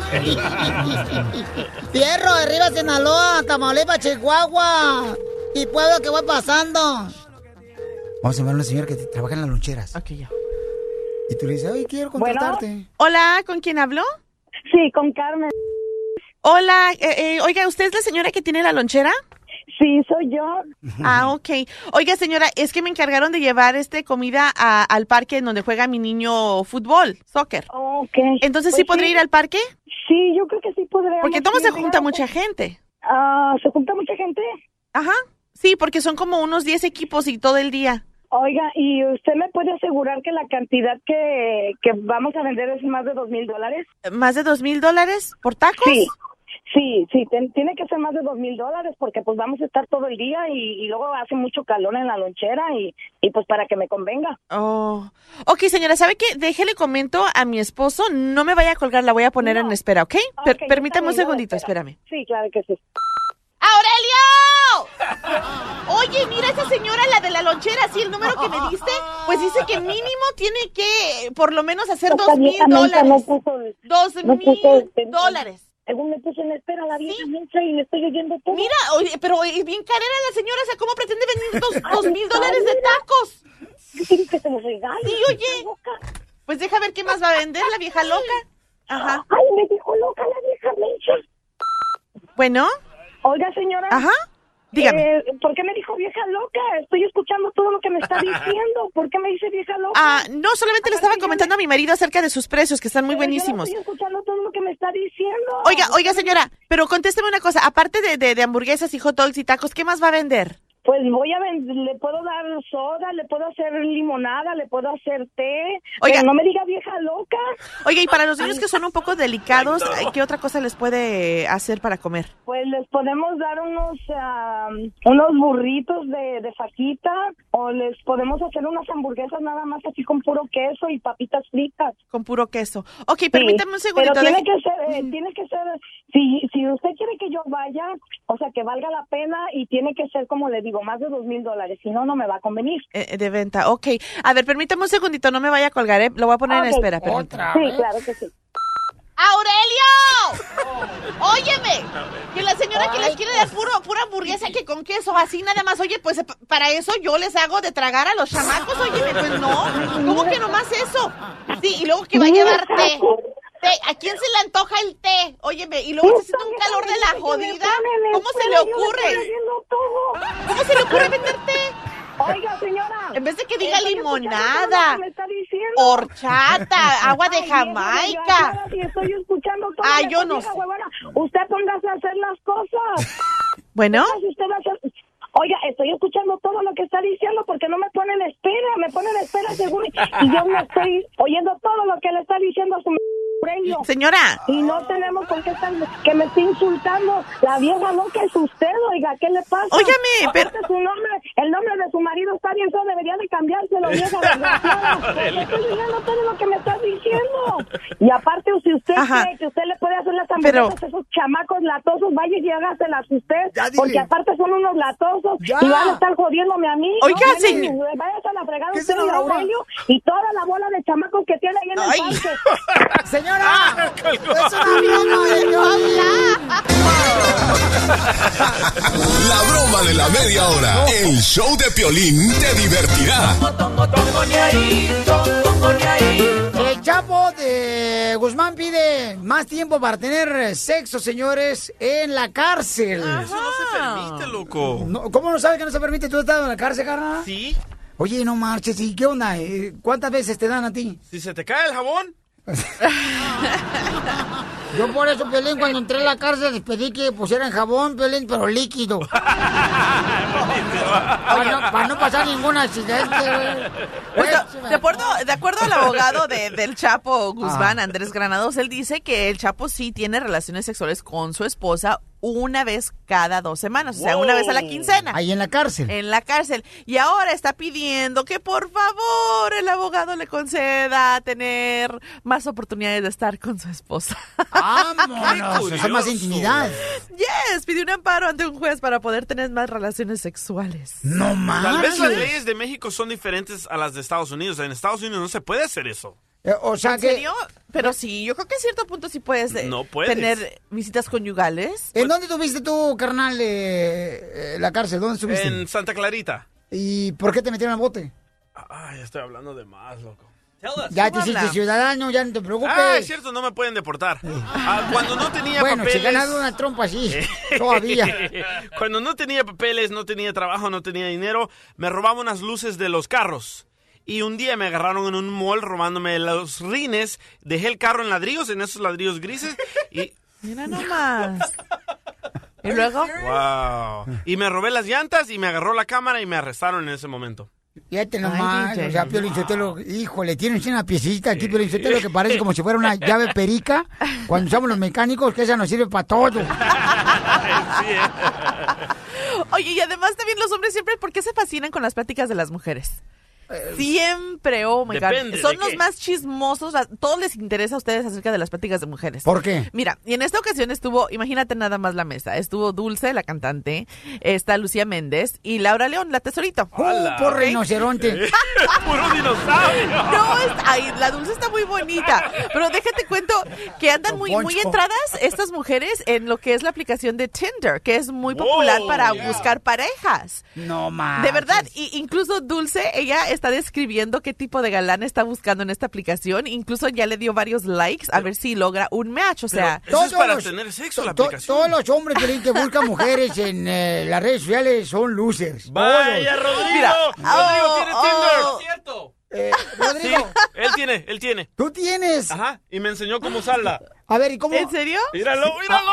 Fierro, arriba Sinaloa, Tamaulipas, Chihuahua y pueblo que voy pasando. Vamos a llamar a una señora que trabaja en las loncheras. Ok, ya. Y tú le dices, oye, quiero contratarte. Bueno. Hola, ¿con quién habló? Sí, con Carmen. Hola, oiga, ¿usted es la señora que tiene la lonchera? Sí, soy yo. Ah, ok. Oiga, señora, es que me encargaron de llevar comida al parque en donde juega mi niño fútbol, soccer. Ok. Entonces, pues ¿sí podría ir al parque? Sí, yo creo que sí podría. Porque todos se junta mucha gente. ¿Se junta mucha gente? Ajá. Sí, porque son como unos 10 equipos y todo el día. Oiga, ¿y usted me puede asegurar que la cantidad que vamos a vender es más de $2,000? ¿Más de $2,000 por tacos? Sí, tiene que ser más de $2,000 porque pues vamos a estar todo el día y luego hace mucho calor en la lonchera y pues para que me convenga. Oh, ok, señora, ¿sabe qué? Déjele comento a mi esposo, no me vaya a colgar, la voy a poner en espera, ¿ok? Permítame un segundito, espérame. Sí, claro que sí. ¡Aurelio! Oye, mira esa señora, la de la lonchera, ¿sí el número que me diste? Pues dice que mínimo tiene que por lo menos hacer $2,000. $2,000. Según me puse en espera la vieja mucha y le estoy oyendo todo. Mira, oye, pero es bien carera la señora, o sea, ¿cómo pretende vender $2,000 de tacos? ¿Quieres que se los regale? Sí, oye. Pues deja ver qué más va a vender la vieja loca. Ajá. Ay, me dijo loca la vieja mencha. Bueno. Oiga, señora. Ajá. Dígame. ¿Por qué me dijo vieja loca? Estoy escuchando todo lo que me está diciendo. ¿Por qué me dice vieja loca? No, solamente le estaba comentando a mi marido acerca de sus precios, que están muy buenísimos. Estoy escuchando todo lo que me está diciendo. Oiga, señora, pero contésteme una cosa. Aparte de hamburguesas y hot dogs y tacos, ¿qué más va a vender? Pues le puedo dar soda, le puedo hacer limonada, le puedo hacer té. Oiga, pero no me diga vieja loca. Oiga, y para los niños que son un poco delicados, ¿qué otra cosa les puede hacer para comer? Pues les podemos dar unos burritos de fajita o les podemos hacer unas hamburguesas nada más así con puro queso y papitas fritas. Con puro queso. Ok, permítame un segundito. Pero tiene que ser, si usted quiere que yo vaya, o sea, que valga la pena y tiene que ser, como le digo, más de $2,000, si no, no me va a convenir. De venta, ok. A ver, permítame un segundito, no me vaya a colgar, Lo voy a poner en espera. Sí, claro que sí. ¡Aurelio! Óyeme, que la señora que les quiere dar pura hamburguesa que con queso, así nada más. Oye, pues para eso yo les hago de tragar a los chamacos, óyeme, pues no. ¿Cómo que nomás eso? Sí, y luego que va a llevar té. ¿A quién se le antoja el té? Óyeme, y luego está haciendo un calor de la jodida. ¿Cómo se le ocurre? ¿Cómo se le ocurre vender té? Oiga, señora. En vez de que diga limonada, horchata, agua de Jamaica. Sí, estoy escuchando todo. Yo no sé. Usted póngase a hacer las cosas. Bueno. Oiga, estoy escuchando todo lo que está diciendo porque no me ponen espera seguro. Y yo me estoy oyendo todo lo que le está diciendo a su premio. Señora. Y no tenemos por qué estar, que me esté insultando. La vieja loca es usted, oiga, ¿qué le pasa? Óigame, pero... el nombre de su marido está bien, solo debería de cambiárselo, vieja desgraciada. Estoy diciendo todo lo que me estás diciendo. Y aparte, si usted cree que usted le puede hacer las hamburguesas a esos chamacos latosos, vaya y hágaselas usted, porque aparte son unos latosos y van a estar jodiéndome a mí. Oiga, váyase a la fregada usted y Aurelio y toda la bola de chamacos que tiene ahí en el parque. ¡Señora! ¡Es una broma! La broma de la media hora. El show de Piolín te divertirá. El Chapo de Guzmán pide más tiempo para tener sexo, señores, en la cárcel. Eso no se permite, loco. No, ¿cómo no sabes que no se permite? ¿Tú has estado en la cárcel, carnal? Sí. Oye, no marches. ¿Y qué onda? ¿Cuántas veces te dan a ti? Si se te cae el jabón. Yo por eso, Piolín, cuando entré a la cárcel les pedí que pusieran jabón, Piolín, pero líquido. Para no pasar ningún accidente. De acuerdo al abogado del Chapo Guzmán, Andrés Granados, él dice que el Chapo sí tiene relaciones sexuales con su esposa una vez cada 2 semanas, o sea, una vez a la quincena. Ahí en la cárcel. En la cárcel. Y ahora está pidiendo que por favor el abogado le conceda tener más oportunidades de estar con su esposa. ¡Vámonos! Eso es más intimidad. Yes, pidió un amparo ante un juez para poder tener más relaciones sexuales. ¡No más! Tal vez las leyes de México son diferentes a las de Estados Unidos. En Estados Unidos no se puede hacer eso. O sea ¿En serio? Pero sí, yo creo que a cierto punto sí puedes, tener visitas conyugales. ¿En dónde tuviste tú, carnal, la cárcel? ¿Dónde estuviste? En Santa Clarita. ¿Y por qué te metieron al bote? Ya estoy hablando de más, loco. Ya te hiciste ciudadano, ya no te preocupes. Es cierto, no me pueden deportar. Cuando no tenía papeles... Bueno, si ganas una trompa así, todavía. Cuando no tenía papeles, no tenía trabajo, no tenía dinero, me robaba unas luces de los carros. Y un día me agarraron en un mall robándome los rines, dejé el carro en ladrillos, en esos ladrillos grises, y... Mira nomás. ¿Y luego? Wow. Y me robé las llantas y me agarró la cámara y me arrestaron en ese momento. Fíjate nomás, o sea, Piolín Sotelo, híjole, tienes una piecita aquí, Piolín Sotelo, que parece como si fuera una llave perica, cuando usamos los mecánicos, que esa nos sirve para todo. Oye, y además también los hombres siempre, ¿por qué se fascinan con las pláticas de las mujeres? Siempre, oh my God. Son los más chismosos. Todos les interesa a ustedes acerca de las pláticas de mujeres. ¿Por qué? Mira, y en esta ocasión estuvo, imagínate nada más la mesa. Estuvo Dulce, la cantante, está Lucía Méndez y Laura León, la tesorito. Por rinoceronte. ¡Puro dinosaurio! No, la Dulce está muy bonita. Pero déjate cuento que andan muy entradas estas mujeres en lo que es la aplicación de Tinder, que es muy popular para buscar parejas. No más. De verdad, y incluso Dulce, ella está describiendo qué tipo de galán está buscando en esta aplicación. Incluso ya le dio varios likes a ver si logra un match. O sea, eso es para tener sexo la aplicación. Todos los hombres que buscan mujeres en las redes sociales son losers. Vaya, Rodrigo. Mira, Rodrigo tiene Tinder. Es cierto. Rodrigo. Sí, él tiene. ¿Tú tienes? Ajá, y me enseñó cómo usarla. A ver, ¿y cómo? ¿En serio? Míralo.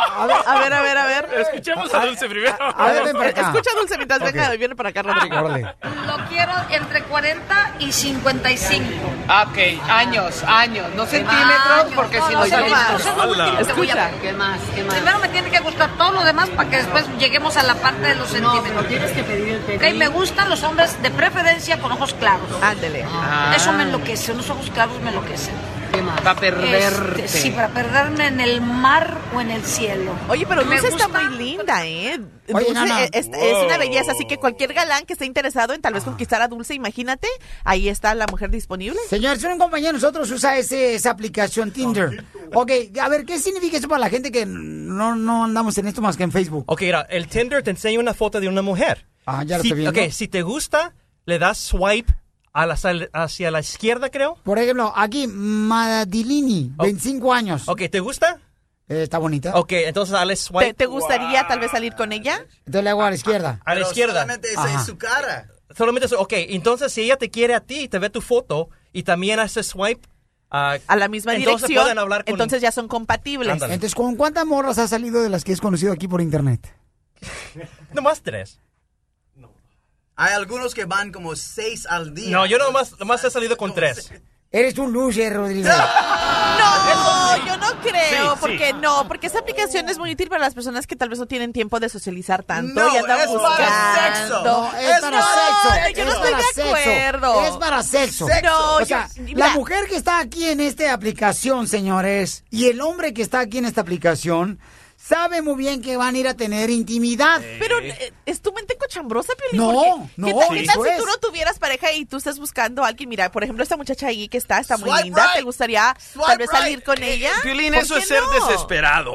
A ver. Escuchemos a Dulce primero. A ver, ven para acá. Escucha a Dulce mientras viene para acá, Rodrigo. Lo quiero entre 40 y 55. Ok, años, no centímetros, porque si no salimos. Escucha. ¿Qué más? Primero me tiene que gustar todo lo demás para que después lleguemos a la parte de los centímetros. No, tienes que pedir el pedido. Ok, me gustan los hombres de preferencia con ojos claros. Ándele. Eso me enloquece, unos ojos claros me enloquecen. ¿Qué más? Para perderte. Sí, para perderme en el mar o en el cielo. Oye, pero Dulce está muy linda, ¿eh? Dulce es una belleza, así que cualquier galán que esté interesado en tal vez conquistar a Dulce, imagínate, ahí está la mujer disponible. Señor, si un compañero de nosotros usa esa aplicación Tinder. Ok, a ver, ¿qué significa eso para la gente que no andamos en esto más que en Facebook? Ok, mira, el Tinder te enseña una foto de una mujer. Ya lo estoy viendo. Ok, si te gusta, le das swipe hacia la izquierda, creo. Por ejemplo, aquí, Madilini, 25 años. Ok, ¿te gusta? Está bonita. Ok, entonces dale swipe. ¿Te gustaría tal vez salir con ella? Entonces le hago a la izquierda. A la izquierda. Solamente esa es su cara. solamente, ok, entonces si ella te quiere a ti, te ve tu foto y también hace swipe a la misma entonces dirección, pueden hablar con... entonces ya son compatibles. Ándale. Entonces, ¿con cuántas morras has salido de las que has conocido aquí por internet? Nomás 3. Hay algunos que van como 6 al día. No, yo nomás he salido con 3. Eres un loser, Rodrigo. No, yo no creo, Sí, porque porque esa aplicación es muy útil para las personas que tal vez no tienen tiempo de socializar tanto No, y andan es buscando. para sexo. No, es para sexo. Yo no Es estoy para de sexo. acuerdo. Es para sexo. No, O sea, mira, la mujer que está aquí en esta aplicación, señores, y el hombre que está aquí en esta aplicación, sabe muy bien que van a ir a tener intimidad. pero es tu mente cochambrosa, Piolín. No, porque no, ¿qué tal eso si es. tú no tuvieras pareja y tú estás buscando a alguien? Mira, por ejemplo, esta muchacha ahí que está muy Swipe linda. right. ¿Te gustaría Swipe tal vez right. salir con ella? Piolín, ¿Por eso qué es ser no? desesperado.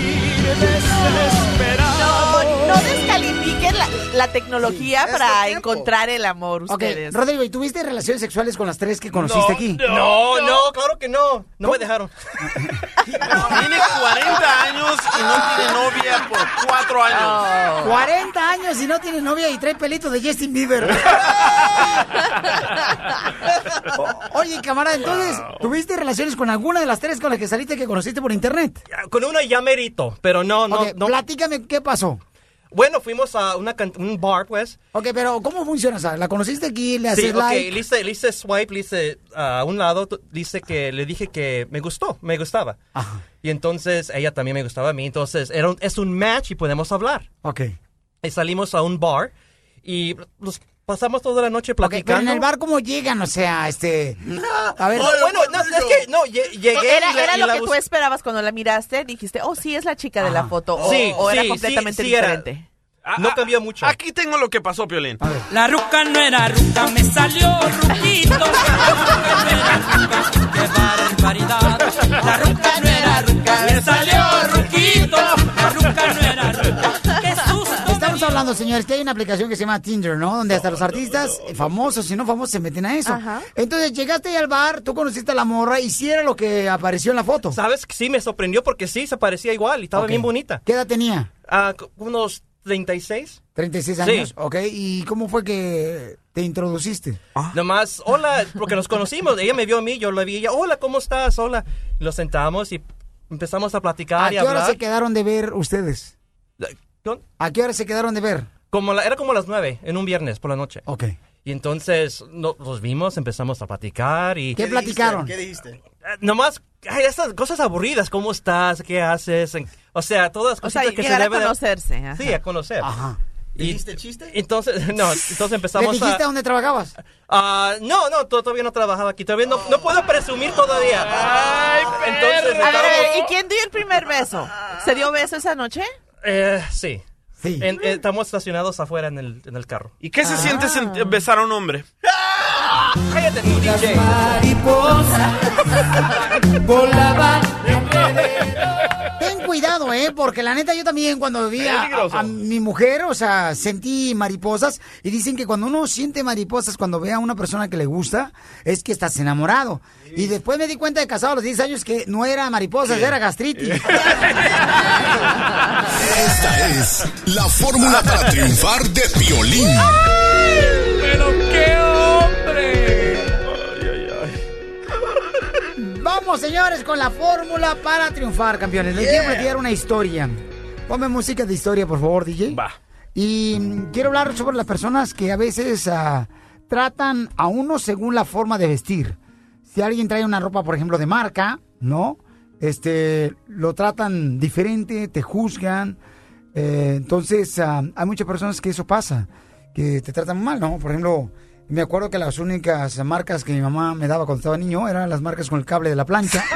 No descalifiquen la tecnología Sí, para es el tiempo. encontrar el amor Ok, ustedes. Rodrigo, ¿y tuviste relaciones sexuales con las 3 que conociste aquí? No, claro que no. No me dejaron. Tiene 40 años y no tiene novia por 4 años. 40 años y no tiene novia y trae pelito de Justin Bieber. Oye, camarada, entonces, ¿tuviste relaciones con alguna de las 3 con las que saliste que conociste por internet? Con una ya merito, pero no. Platícame, ¿qué pasó? Bueno, fuimos a un bar, pues. Ok, pero ¿cómo funciona? O sea, ¿la conociste aquí? ¿Le haces Sí, like? le hice swipe, le hice a un lado, le dije que me gustaba. Ajá. Y entonces ella también me gustaba a mí, entonces es un match y podemos hablar. Ok. Y salimos a un bar y nos pasamos toda la noche Ok, pero platicando. en el bar, ¿cómo llegan? O sea, A ver. Llegué Era y lo la que tú esperabas cuando la miraste, dijiste, oh, sí, es la chica de la foto, o, Sí, o era sí, completamente sí, era. diferente. No cambió mucho. Aquí tengo lo que pasó, Piolín. La ruca no era ruca, me salió ruquito. La ruca no era ruca, qué barbaridad. La ruca no era ruca, me salió ruquito. La ruca no era ruca, qué susto. Estamos hablando, señores, que hay una aplicación que se llama Tinder, ¿no? Donde hasta los artistas famosos y no famosos se meten a eso. Ajá. Entonces, llegaste ahí al bar, tú conociste a la morra y sí era lo que apareció en la foto. ¿Sabes? Sí, me sorprendió porque sí, se parecía igual y estaba Ok. bien bonita. ¿Qué edad tenía? Unos 36. 36 Sí. años, ok. ¿Y cómo fue que te introduciste? Nomás, hola, porque nos conocimos. Ella me vio a mí, yo la vi. Ella, hola, ¿cómo estás? Hola. Y nos sentamos y empezamos a platicar ¿A y qué a hora hablar. se quedaron de ver ustedes? ¿A qué hora se quedaron de ver? Era como las 9, en un viernes por la noche. Ok. Y entonces nos vimos, empezamos a platicar y... ¿Qué platicaron? ¿Qué dijiste? Nomás, esas cosas aburridas, ¿cómo estás? ¿Qué haces? O sea, todas las O sea, cositas que se llegar a debe de... conocerse. Ajá. Sí, a conocer. Ajá. ¿Dijiste chiste? Entonces empezamos ¿Le dijiste a dónde trabajabas? No, todavía no trabajaba aquí. Todavía no puedo presumir todavía. ¡Ay, Entonces, A ver, ¿y quién dio el primer beso? ¿Se dio beso esa noche? Sí. Sí. Estamos estacionados afuera en el carro. ¿Y qué se siente besar a un hombre? ¡Cállate tú, DJ! Ten cuidado, porque la neta yo también cuando vi a mi mujer, o sea, sentí mariposas y dicen que cuando uno siente mariposas cuando ve a una persona que le gusta, es que estás enamorado. Y después me di cuenta de casado a los 10 años que no era mariposas, era gastritis. Esta es la fórmula para triunfar de Piolín. ¡Pero qué hombre! Vamos, señores, con la fórmula para triunfar, campeones. Les quiero platicar una historia. Ponme música de historia, por favor, DJ. Va. Y quiero hablar sobre las personas que a veces tratan a uno según la forma de vestir. Si alguien trae una ropa, por ejemplo, de marca, ¿no? Lo tratan diferente, te juzgan. Entonces, hay muchas personas que eso pasa, que te tratan mal, ¿no? Por ejemplo, me acuerdo que las únicas marcas que mi mamá me daba cuando estaba niño eran las marcas con el cable de la plancha.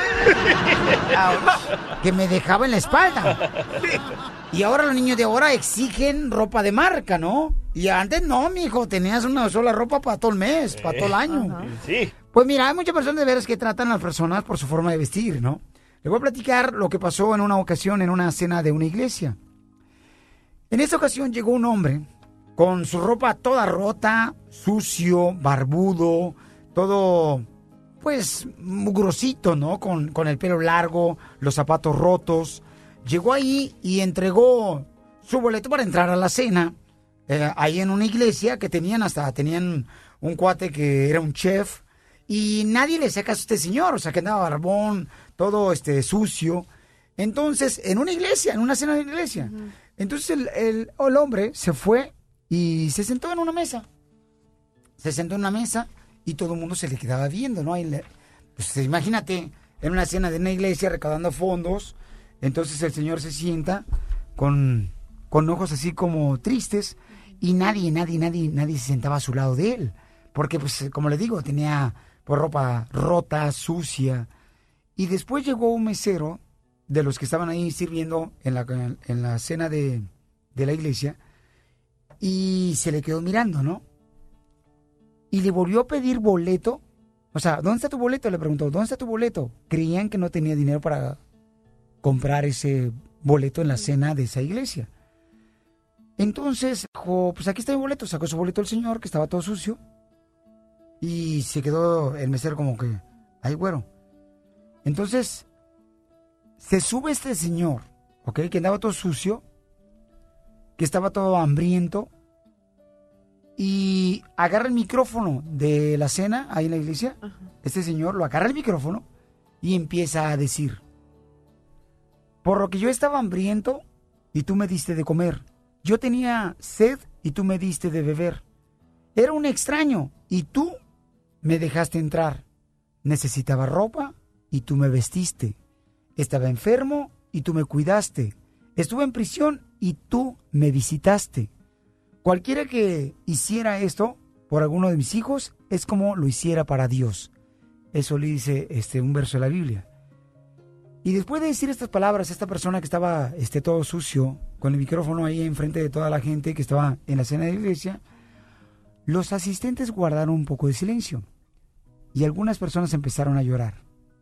Que me dejaba en la espalda. Y ahora los niños de ahora exigen ropa de marca, ¿no? Y antes no, mijo, tenías una sola ropa para todo el mes, para todo el año. Sí. Pues mira, hay muchas personas de veras que tratan a las personas por su forma de vestir, ¿no? Les voy a platicar lo que pasó en una ocasión en una cena de una iglesia. En esta ocasión llegó un hombre con su ropa toda rota, sucio, barbudo, todo, pues, mugrosito, ¿no? Con el pelo largo, los zapatos rotos. Llegó ahí y entregó su boleto para entrar a la cena ahí en una iglesia que tenían un cuate que era un chef y nadie le hacía caso a este señor, o sea, que andaba barbón, todo sucio. Entonces, en una iglesia, en una cena de iglesia. Entonces el hombre se fue y se sentó en una mesa. Se sentó en una mesa y todo el mundo se le quedaba viendo, ¿no? Pues imagínate, en una cena de una iglesia recaudando fondos. Entonces el señor se sienta con ojos así como tristes y nadie se sentaba a su lado de él. Porque, pues, como le digo, tenía pues, ropa rota, sucia. Y después llegó un mesero de los que estaban ahí sirviendo en la cena de la iglesia y se le quedó mirando, ¿no? Y le volvió a pedir boleto. O sea, ¿dónde está tu boleto? Le preguntó, ¿dónde está tu boleto? Creían que no tenía dinero para comprar ese boleto en la cena de esa iglesia. Entonces dijo, pues aquí está mi boleto. Sacó su boleto el señor, que estaba todo sucio. Y se quedó el mesero como que, ay, güero. Entonces se sube este señor, ¿ok? Que andaba todo sucio, que estaba todo hambriento, y agarra el micrófono de la cena, ahí en la iglesia. Este señor lo agarra el micrófono y empieza a decir, por lo que yo estaba hambriento y tú me diste de comer. Yo tenía sed y tú me diste de beber. Era un extraño y tú me dejaste entrar. Necesitaba ropa y tú me vestiste. Estaba enfermo y tú me cuidaste. Estuve en prisión y tú me visitaste. Cualquiera que hiciera esto por alguno de mis hijos es como lo hiciera para Dios. Eso le dice un verso de la Biblia. Y después de decir estas palabras, esta persona que estaba todo sucio, con el micrófono ahí enfrente de toda la gente que estaba en la cena de la iglesia, los asistentes guardaron un poco de silencio y algunas personas empezaron a llorar.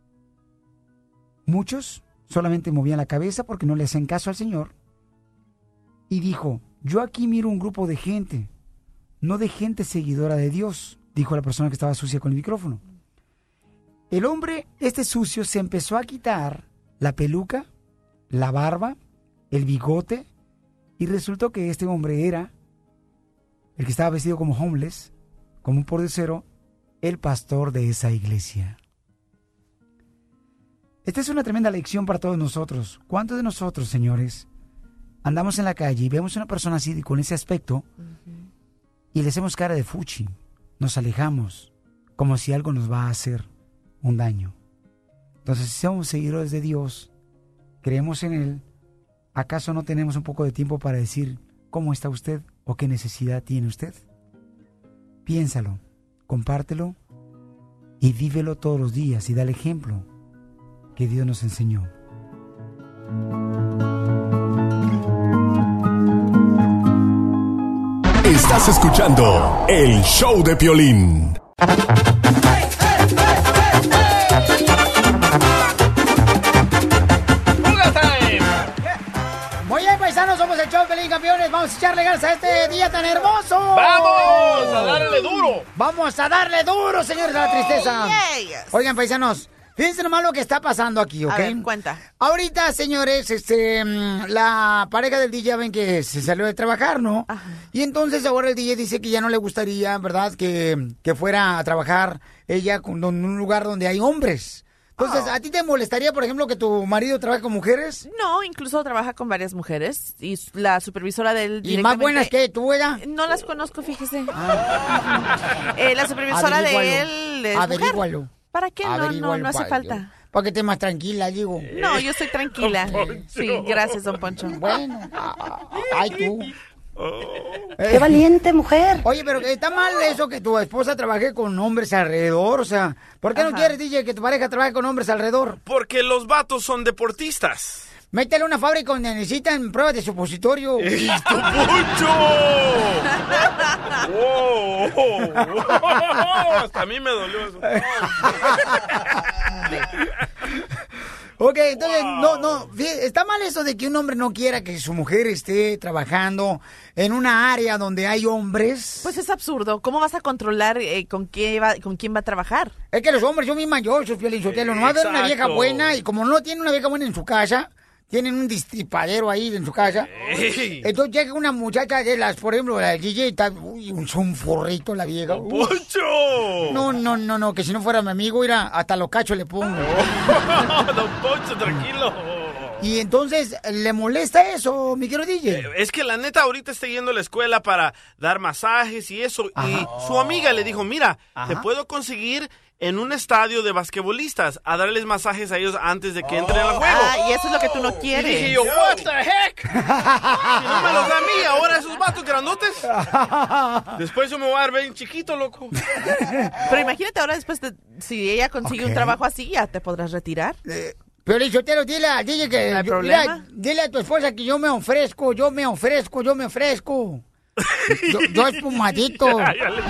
Muchos solamente movían la cabeza porque no le hacen caso al Señor. Y dijo, yo aquí miro un grupo de gente, no de gente seguidora de Dios, dijo la persona que estaba sucia con el micrófono. El hombre, sucio, se empezó a quitar la peluca, la barba, el bigote, y resultó que este hombre era el que estaba vestido como homeless, como un pordiosero, el pastor de esa iglesia. Esta es una tremenda lección para todos nosotros. ¿Cuántos de nosotros, señores, andamos en la calle y vemos a una persona así con ese aspecto y le hacemos cara de fuchi? Nos alejamos como si algo nos va a hacer un daño. Entonces, si somos seguidores de Dios, creemos en Él, ¿acaso no tenemos un poco de tiempo para decir cómo está usted o qué necesidad tiene usted? Piénsalo, compártelo y vívelo todos los días y dale ejemplo que Dios nos enseñó. Estás escuchando el show de Piolín. Muy bien, paisanos, somos el show de Piolín, campeones. Vamos a echarle ganas a este día tan hermoso. ¡Vamos a darle duro! Vamos a darle duro, señores, a la tristeza. Oigan, paisanos, fíjense nomás lo que está pasando aquí, ¿ok? A ver, cuenta. Ahorita, señores, la pareja del DJ ven que se salió de trabajar, ¿no? Ajá. Y entonces ahora el DJ dice que ya no le gustaría, ¿verdad? Que fuera a trabajar ella en un lugar donde hay hombres. Entonces, ¿a ti te molestaría, por ejemplo, que tu marido trabaje con mujeres? No, incluso trabaja con varias mujeres. Y la supervisora del... ¿Y más buenas que tú, ella? No las conozco, fíjese. La supervisora de él es Averígualo. mujer. ¿Para qué? No hace falta. Para que estés más tranquila, digo. No, yo estoy tranquila. Sí, gracias, don Poncho. Bueno, ay tú. ¡Qué valiente mujer! Oye, pero está mal eso que tu esposa trabaje con hombres alrededor, o sea, ¿por qué no quieres, DJ, que tu pareja trabaje con hombres alrededor? Porque los vatos son deportistas. Métele una fábrica donde necesitan pruebas de supositorio. ¡Listo, Poncho! ¡Wow! Hasta a mí me dolió eso. Ok, entonces, no, está mal eso de que un hombre no quiera que su mujer esté trabajando en una área donde hay hombres. Pues es absurdo. ¿Cómo vas a controlar con quién va a trabajar? Es que los hombres, yo soy Piolín Sotelo, no va a haber una vieja buena y como no tiene una vieja buena en su casa, tienen un distripadero ahí en su casa. Entonces llega una muchacha de las, por ejemplo, la DJ, está, uy, un furrito la vieja. ¡Poncho! No, que si no fuera mi amigo, mira, hasta los cachos le pongo. Don Poncho, tranquilo. Y entonces, ¿le molesta eso, mi querido DJ? Es que la neta ahorita está yendo a la escuela para dar masajes y eso. Ajá. Y su amiga le dijo, mira, te puedo conseguir en un estadio de basquetbolistas a darles masajes a ellos antes de que entren al juego. Y eso es lo que tú no quieres. Y dije yo, what the heck? Si no me los da a mí, ahora esos vatos grandotes. Después yo me voy a ver bien chiquito, loco. Pero imagínate ahora después, si ella consigue un trabajo así, ya te podrás retirar. Pero Lichotero, dile que... ¿No hay problema? Dile a tu esposa que yo me ofrezco. Yo espumadito. No,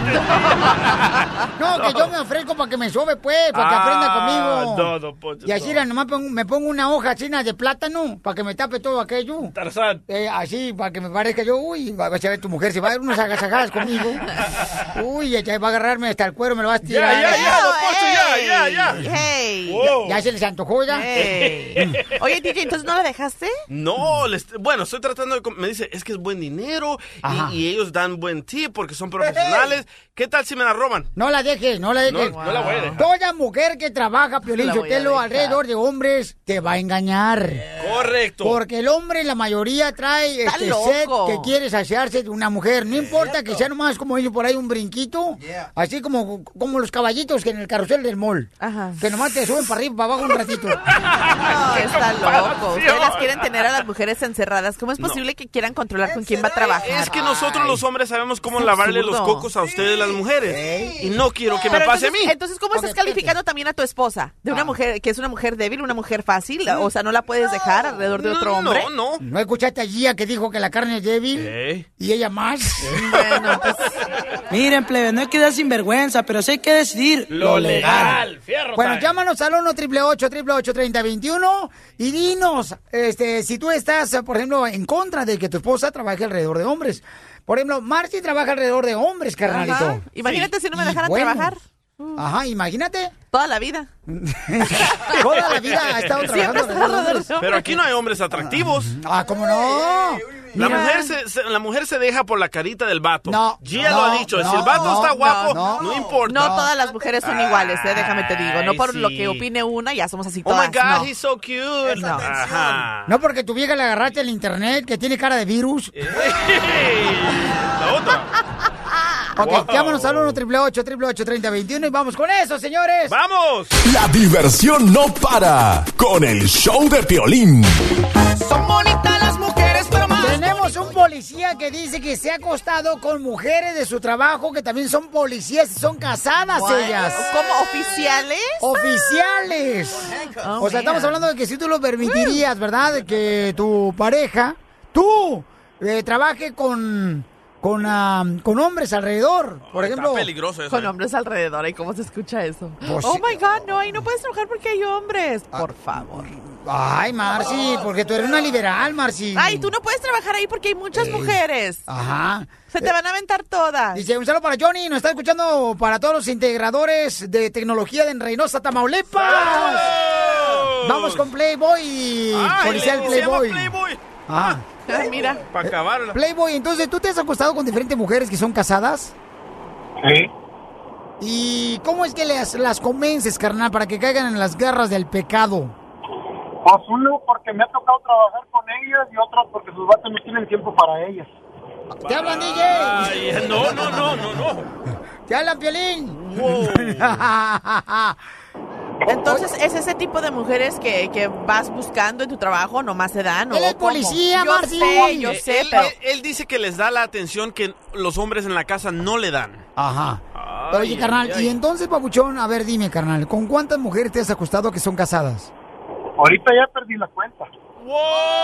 que yo me ofrezco para que me sobe, pues, para que aprenda conmigo. No, Poncho, y así nomás me pongo una hoja china de plátano para que me tape todo aquello. Tarzán. Así, para que me parezca yo, uy, va a ver tu mujer, se va a dar unas agasajadas conmigo. Uy, ya va a agarrarme hasta el cuero, me lo vas a tirar. Ya, don Poncho, ya. Hey. Wow. Ya se les antojó, ya. Hey. Oye, DJ, ¿entonces no la dejaste? No, bueno, estoy tratando de... Me dice, es que es buen dinero y ellos dan buen tip porque son profesionales. ¿Qué tal si me la roban? No la dejes. No la voy a dejar. Toda mujer que trabaja, Piolín Sotelo, alrededor de hombres, te va a engañar. Correcto. Porque el hombre, la mayoría, trae sed que quiere saciarse de una mujer. No importa que sea nomás como ellos por ahí un brinquito, así como los caballitos que en el carrusel del mall. Ajá. Que nomás te suben para arriba, para abajo un ratito. No, está loco. Ustedes las quieren tener a las mujeres encerradas. ¿Cómo es posible que quieran controlar con quién va a trabajar? Es que nosotros los hombres sabemos cómo lavarle los cocos a ustedes las mujeres. Y no quiero que me pase a mí. Entonces, ¿cómo estás calificando también a tu esposa? De una mujer que es una mujer débil, una mujer fácil. O sea, ¿no la puedes dejar alrededor de otro hombre? No. ¿No escuchaste a Gia que dijo que la carne es débil? ¿Y ella más? Bueno, pues... Miren, plebe, no hay que dar sinvergüenza, pero sí hay que decidir lo legal. Bueno, llámanos al 1-888-888-3021 y dinos si tú estás, por ejemplo, en contra de que tu esposa trabaje alrededor de hombres. Por ejemplo, Marcy trabaja alrededor de hombres, carnalito. Ajá. Imagínate si no me dejaran trabajar. Ajá, imagínate. Toda la vida. Toda la vida ha estado trabajando alrededor de hombres. Pero aquí no hay hombres atractivos. ¿Cómo no? La mujer se deja por la carita del vato. No. Gia lo ha dicho. Si el vato está guapo, no importa. No todas las mujeres son iguales, déjame te digo. No por lo que opine una, ya somos así todas. Oh my God, he's so cute. Ajá. No porque tu vieja le agarraste el internet, que tiene cara de virus. La otra. Ok, llámanos al 1-888-888-3021 y vamos con eso, señores. ¡Vamos! La diversión no para con el show de Piolín. Son bonitas las mujeres, pero más... Tenemos un policía que dice que se ha acostado con mujeres de su trabajo que también son policías y son casadas ellas. ¿Como oficiales? ¡Oficiales! O sea, estamos hablando de que si tú lo permitirías, ¿verdad? De que tu pareja, tú, trabaje con hombres alrededor, por ejemplo. Está peligroso eso. Con hombres alrededor, ¿y cómo se escucha eso? Pues oh sí. my God, no, ahí no puedes trabajar porque hay hombres. Por favor. Ay, Marcy, porque tú eres una liberal, Marcy. Ay, tú no puedes trabajar ahí porque hay muchas mujeres. Ajá. Se te van a aventar todas. Dice, un saludo para Johnny, nos está escuchando para todos los integradores de tecnología de Reynosa, Tamaulipas. ¡Oh! Vamos con Playboy, policial Playboy. Ah. Mira. Para acabarla. Playboy, entonces, ¿tú te has acostado con diferentes mujeres que son casadas? Sí. ¿Y cómo es que las convences, carnal, para que caigan en las garras del pecado? Pues uno porque me ha tocado trabajar con ellas y otros porque sus vatos no tienen tiempo para ellas. ¿Te hablan, DJ? Ay, no. ¿Te hablan, Piolín? Wow. Entonces, ¿es ese tipo de mujeres que vas buscando en tu trabajo, nomás se dan? Él es policía, Marci. Yo sé, él dice que les da la atención que los hombres en la casa no le dan. Ajá. Oye, carnal, y entonces, papuchón, a ver, dime, carnal, ¿con cuántas mujeres te has acostado que son casadas? Ahorita ya perdí la cuenta. ¡Wow!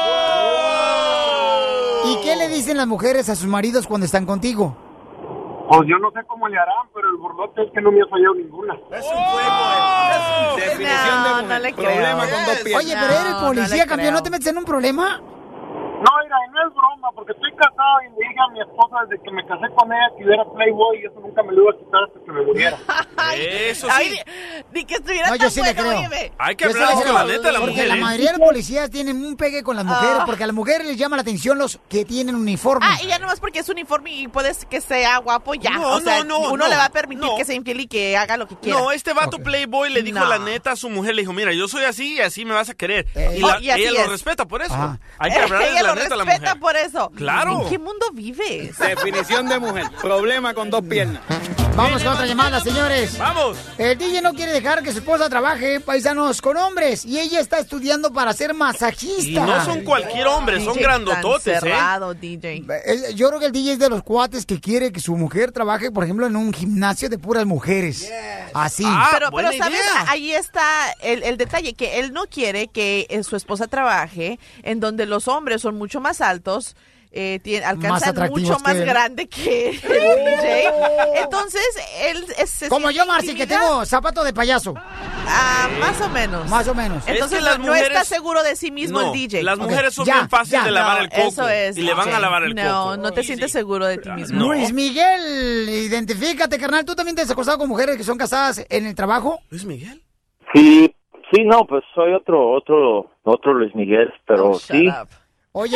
¿Y qué le dicen las mujeres a sus maridos cuando están contigo? Pues yo no sé cómo le harán, pero el burlote es que no me ha fallado ninguna. Es un juego, es definición de mujer. No le Problema creo. con dos piernas. Oye, pero eres policía, campeón, ¿no te metes en un problema? No, mira, no es broma, porque estoy casado y mi hija a mi esposa desde que me casé con ella que yo era playboy y eso nunca me lo iba a quitar hasta que me muriera. Eso sí. Ay, ni que estuviera No, yo tan sí le bueno, creo. óyeme. Hay que Yo sí hablar le con creo, la neta de la porque mujer. la mayoría de los policías tienen un pegue con las mujeres, porque a las mujeres les llama la atención los que tienen uniforme. Y ya nomás porque es uniforme y puedes que sea guapo ya. No, o sea, no, uno no. le va a permitir No. que sea infiel y que haga lo que quiera. No, este vato playboy le dijo No. la neta a su mujer, le dijo, mira, yo soy así y así me vas a querer. Y Y así ella lo es. respeta por eso. Ajá. Hay que hablarle Ella la lo neta a la respeta mujer. por eso. Claro. ¿En qué mundo vives? Definición de mujer. Problema con 2 piernas. Vamos con otra llamada, señores. Vamos. El DJ no quiere dejar que su esposa trabaje, paisanos, con hombres. Y ella está estudiando para ser masajista. Y no son cualquier hombre, son DJ grandototes, tan cerrado, DJ. Yo creo que el DJ es de los cuates que quiere que su mujer trabaje, por ejemplo, en un gimnasio de puras mujeres. Así. Pero ¿sabes? Ahí está el detalle, que él no quiere que su esposa trabaje en donde los hombres son mucho más altos, alcanzan atractivos mucho que más él. grande que el DJ. Entonces, él se Como siente yo, Marci, que intimidado. tengo zapato de payaso. Más o menos. Más o menos. Entonces, Es que las no está mujeres- seguro de sí mismo No, el DJ. las mujeres son Ya, bien fáciles ya. de lavar No, el coco. eso es, y le van DJ. a lavar el No, coco. no te sientes seguro de ti mismo. No. Luis Miguel, identifícate, carnal. ¿Tú también te has acostado con mujeres que son casadas en el trabajo? ¿Luis Miguel? Sí, no, pues soy otro Luis Miguel, pero sí. Oye,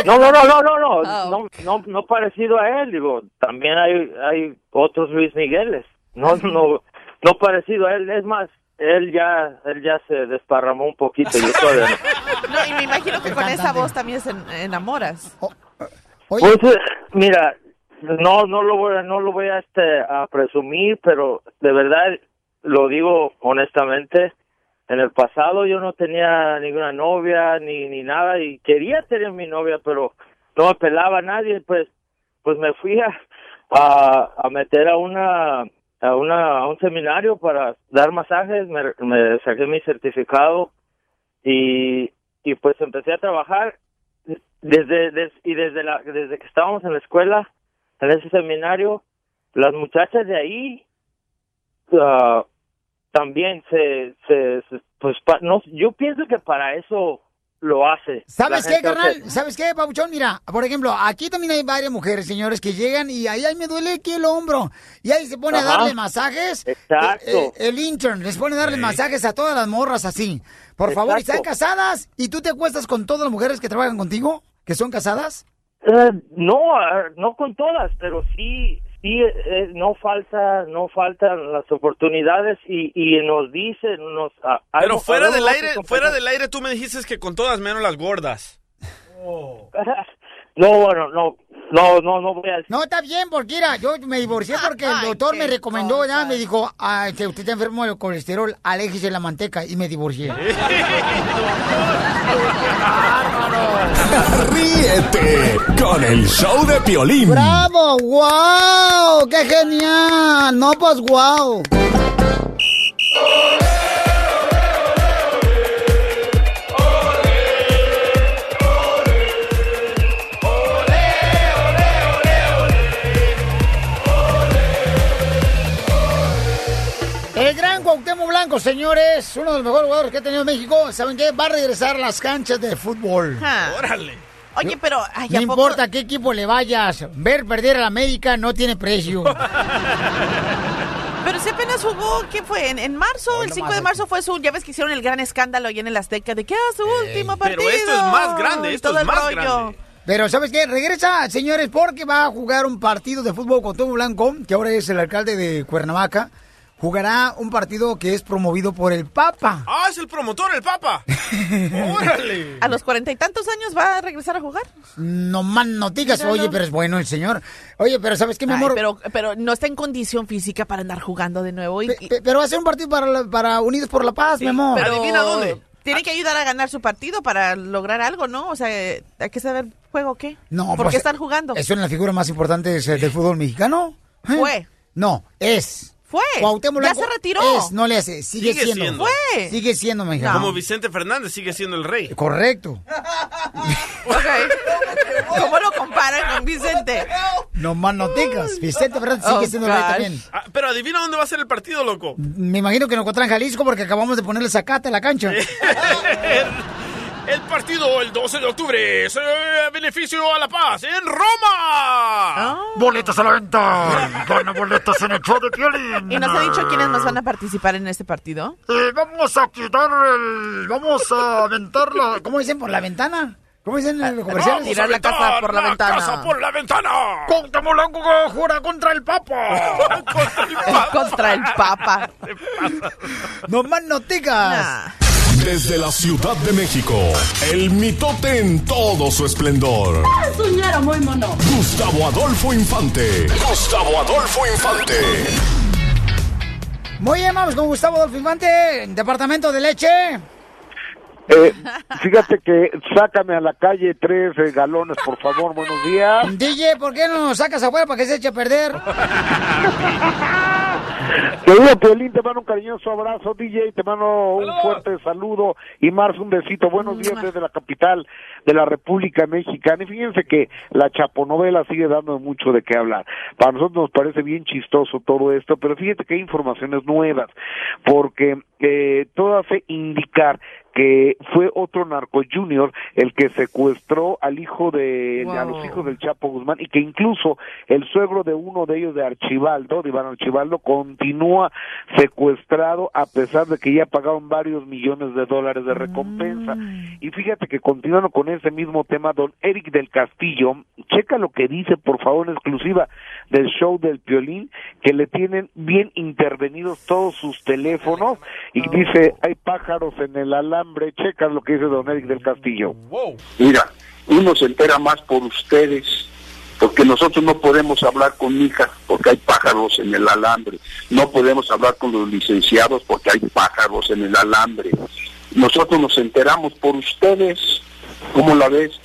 No parecido a él, digo, también hay otros Luis Migueles, no parecido a él, es más, él ya se desparramó un poquito, yo todavía no. No, y me imagino que con esa voz también se enamoras. Pues mira, no lo voy a presumir, pero de verdad lo digo honestamente. En el pasado yo no tenía ninguna novia ni nada y quería tener mi novia, pero no me pelaba a nadie, pues me fui a meter a un seminario para dar masajes, me saqué mi certificado y pues empecé a trabajar desde que estábamos en la escuela, en ese seminario, las muchachas de ahí también yo pienso que para eso lo hace. ¿Sabes qué, carnal? ¿Sabes qué, Pabuchón? Mira, por ejemplo, aquí también hay varias mujeres, señores, que llegan y ahí me duele aquí el hombro. Y ahí se pone a darle masajes. Exacto. El intern les pone a darle masajes a todas las morras así. Por favor, ¿y están casadas? ¿Y tú te acuestas con todas las mujeres que trabajan contigo? ¿Que son casadas? No con todas, pero sí, no faltan las oportunidades y nos dicen, Pero fuera del aire tú me dijiste que con todas menos las gordas. No voy a... No, está bien, porque mira, yo me divorcié porque el doctor me recomendó, ya me dijo, que usted está enfermo del colesterol, aléjese de la manteca, y me divorcié. Ríete con el show de Piolín. ¡Bravo! ¡Wow! ¡Qué genial! No, pues wow. El gran Cuauhtémoc Blanco, señores, uno de los mejores jugadores que ha tenido México, ¿saben qué? Va a regresar a las canchas de fútbol. ¡Órale! Oye, pero... No importa a qué equipo le vayas, ver perder a la América no tiene precio. Pero si apenas jugó, ¿qué fue? En marzo, el 5 de marzo fue su... Ya ves que hicieron el gran escándalo ahí en el Azteca de que su último partido. Pero esto es más grande, esto es más grande. Pero ¿sabes qué? Regresa, señores, porque va a jugar un partido de fútbol con Cuauhtémoc Blanco, que ahora es el alcalde de Cuernavaca. Jugará un partido que es promovido por el Papa. ¡Ah, es el promotor, el Papa! ¡Órale! ¿A los 40 y tantos años va a regresar a jugar? No más noticias, oye, pero es bueno el señor. Oye, pero ¿sabes qué, mi amor? Pero no está en condición física para andar jugando de nuevo. Pero va a ser un partido para Unidos por la Paz, mi amor. Pero ¿adivina dónde? Tiene que ayudar a ganar su partido para lograr algo, ¿no? O sea, hay que saber juego o qué. No, ¿Por pues, qué están jugando? ¿Es una de las figuras más importantes del fútbol mexicano? Fue. No, es. Fue. Cuauhtémoc Ya Blanco se retiró. no le hace, sigue siendo. Fue. Sigue siendo, mexicano. Como Vicente Fernández sigue siendo el rey. Correcto. ¿Cómo lo comparan con Vicente? No más noticas. Vicente Fernández sigue siendo el rey también. Pero adivina dónde va a ser el partido, loco. Me imagino que nos encontrarán en Jalisco porque acabamos de ponerle zacate a la cancha. el partido el 12 de octubre. Beneficio a la paz en Roma. Boletos a la venta. Gana boletos en el show de Piolín. ¿Y nos ha dicho quiénes más van a participar en este partido? Vamos a aventar la... ¿Cómo dicen? ¿Por la ventana? ¿Cómo dicen en los comerciales? Tirar la casa por la ventana. Casa por la ventana. Cuauhtémoc jura contra el Papa. Contra el Papa. No más noticias. Desde la Ciudad de México, el mitote en todo su esplendor. Es un ñero muy mono. Gustavo Adolfo Infante. Muy bien, vamos con Gustavo Adolfo Infante, Departamento de Leche. Fíjate que sácame a la calle 3 galones, por favor. Buenos días. DJ, ¿por qué no nos sacas afuera para que se eche a perder? Querido Piolín, te mando un cariñoso abrazo. DJ, te mando un fuerte saludo. Y Mars, un besito. Buenos días desde la capital de la República Mexicana. Y fíjense que la chaponovela sigue dando mucho de qué hablar. Para nosotros nos parece bien chistoso todo esto, pero fíjate que hay informaciones nuevas, porque todo hace indicar que fue otro narco junior el que secuestró al hijo a los hijos del Chapo Guzmán, y que incluso el suegro de uno de ellos, de Iván Archibaldo, continúa secuestrado a pesar de que ya pagaron varios millones de dólares de recompensa. Y fíjate que continuando con ese mismo tema, don Eric del Castillo, checa lo que dice, por favor, en exclusiva del show del Piolín, que le tienen bien intervenidos todos sus teléfonos, y dice, hay pájaros en el alambre. Checa lo que dice don Eric del Castillo. Mira, uno se entera más por ustedes, porque nosotros no podemos hablar con mi hija porque hay pájaros en el alambre, no podemos hablar con los licenciados porque hay pájaros en el alambre. Nosotros nos enteramos por ustedes. ¿Cómo la ves?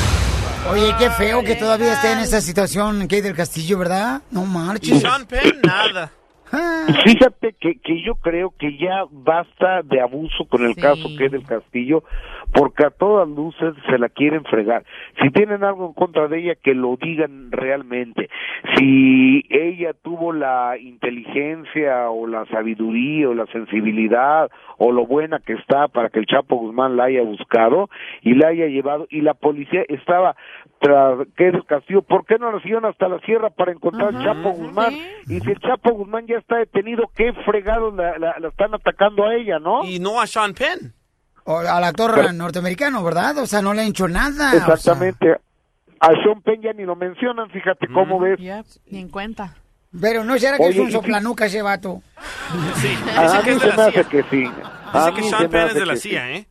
Oye, qué feo que todavía esté en esa situación, Kate del Castillo, ¿verdad? No marches. Sean Penn, nada. Fíjate que yo creo que ya basta de abuso con el caso que es del Castillo, porque a todas luces se la quieren fregar. Si tienen algo en contra de ella, que lo digan realmente. Si ella tuvo la inteligencia o la sabiduría o la sensibilidad o lo buena que está para que el Chapo Guzmán la haya buscado y la haya llevado, y la policía estaba tras que del Castillo, ¿por qué no la siguieron hasta la sierra para encontrar al Chapo Guzmán? Y si el Chapo Guzmán ya está detenido, ¿qué fregados la están atacando a ella, no? Y no a Sean Penn. O al actor norteamericano, ¿verdad? O sea, no le han hecho nada. Exactamente. O sea, a Sean Penn ya ni lo mencionan, fíjate cómo ves. Ni en cuenta. Pero no será que es un soplanuca ese vato. Sí, a mí se me hace que sí. Dice que Sean Penn es de la CIA, ¿eh?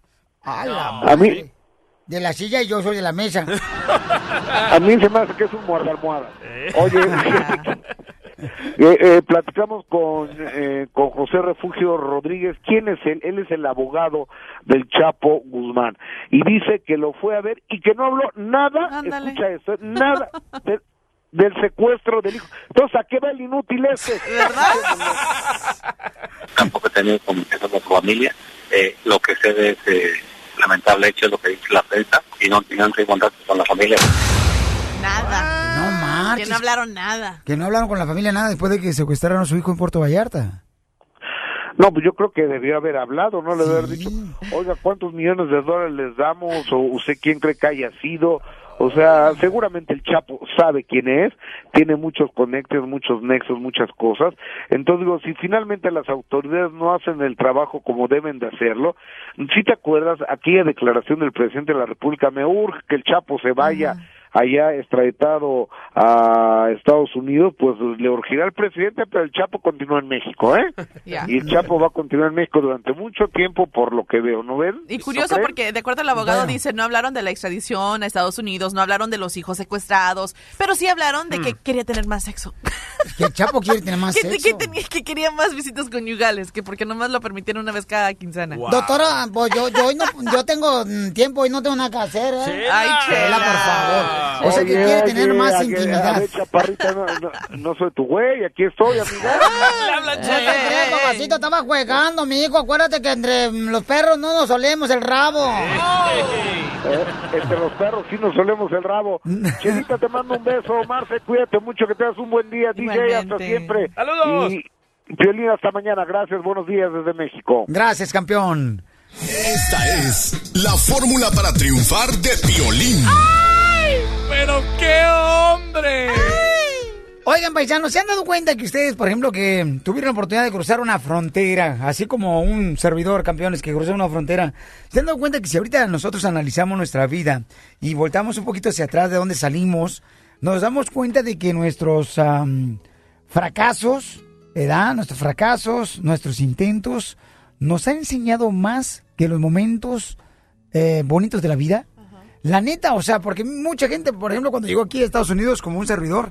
A mí... De la silla y yo soy de la mesa. A mí se me hace que es un muerde-almohada. Oye, platicamos con José Refugio Rodríguez. ¿Quién es él? Él es el abogado del Chapo Guzmán. Y dice que lo fue a ver y que no habló nada, escucha esto, nada del secuestro del hijo. Entonces, ¿a qué va el inútil ese? ¿Verdad? Tampoco he tenido comunicación con su familia. Lo que sé de ese lamentable hecho es lo que dice la prensa, y no tienen contacto con la familia. Nada. No marches. Que no hablaron nada. Que no hablaron con la familia nada después de que secuestraron a su hijo en Puerto Vallarta. No, pues yo creo que debió haber hablado, ¿no? Le debió haber dicho, oiga, ¿cuántos millones de dólares les damos? O usted, ¿quién cree que haya sido? O sea, seguramente el Chapo sabe quién es, tiene muchos conectes, muchos nexos, muchas cosas. Entonces digo, si finalmente las autoridades no hacen el trabajo como deben de hacerlo, si te acuerdas, aquella declaración del presidente de la República, me urge que el Chapo se vaya allá extraditado a Estados Unidos, pues le urgirá al presidente, pero el Chapo continúa en México, ¿eh? Y el Chapo va a continuar en México durante mucho tiempo, por lo que veo, ¿no ven? Y curioso, porque de acuerdo al abogado dice, no hablaron de la extradición a Estados Unidos, no hablaron de los hijos secuestrados, pero sí hablaron de que quería tener más sexo. Que el Chapo quiere tener más sexo. Que quería más visitas conyugales, que porque nomás lo permitieron una vez cada quincena. Wow. Doctora, pues yo tengo tiempo y no tengo nada que hacer, ¿eh? Ay, Chela, por favor. O sea, que quiere tener más intimidad. A ver, chaparrita, no soy tu güey, aquí estoy, amiga. Papacito, estaba jugando, mi hijo. Acuérdate que entre los perros no nos solemos el rabo. Entre los perros sí nos solemos el rabo. Chelita, te mando un beso. Marce, cuídate mucho, que tengas un buen día. DJ, hasta siempre. ¡Saludos! Y Piolín, hasta mañana. Gracias, buenos días desde México. Gracias, campeón. Esta es la fórmula para triunfar de Piolín. ¡Ay! ¡Pero qué hombre! ¡Ay! Oigan, paisanos, ¿se han dado cuenta que ustedes, por ejemplo, que tuvieron la oportunidad de cruzar una frontera, así como un servidor, campeones, que cruzó una frontera? ¿Se han dado cuenta que si ahorita nosotros analizamos nuestra vida y voltamos un poquito hacia atrás de donde salimos, nos damos cuenta de que nuestros fracasos, ¿verdad? Nuestros fracasos, nuestros intentos, nos han enseñado más que los momentos bonitos de la vida? La neta, o sea, porque mucha gente, por ejemplo, cuando llegó aquí a Estados Unidos como un servidor,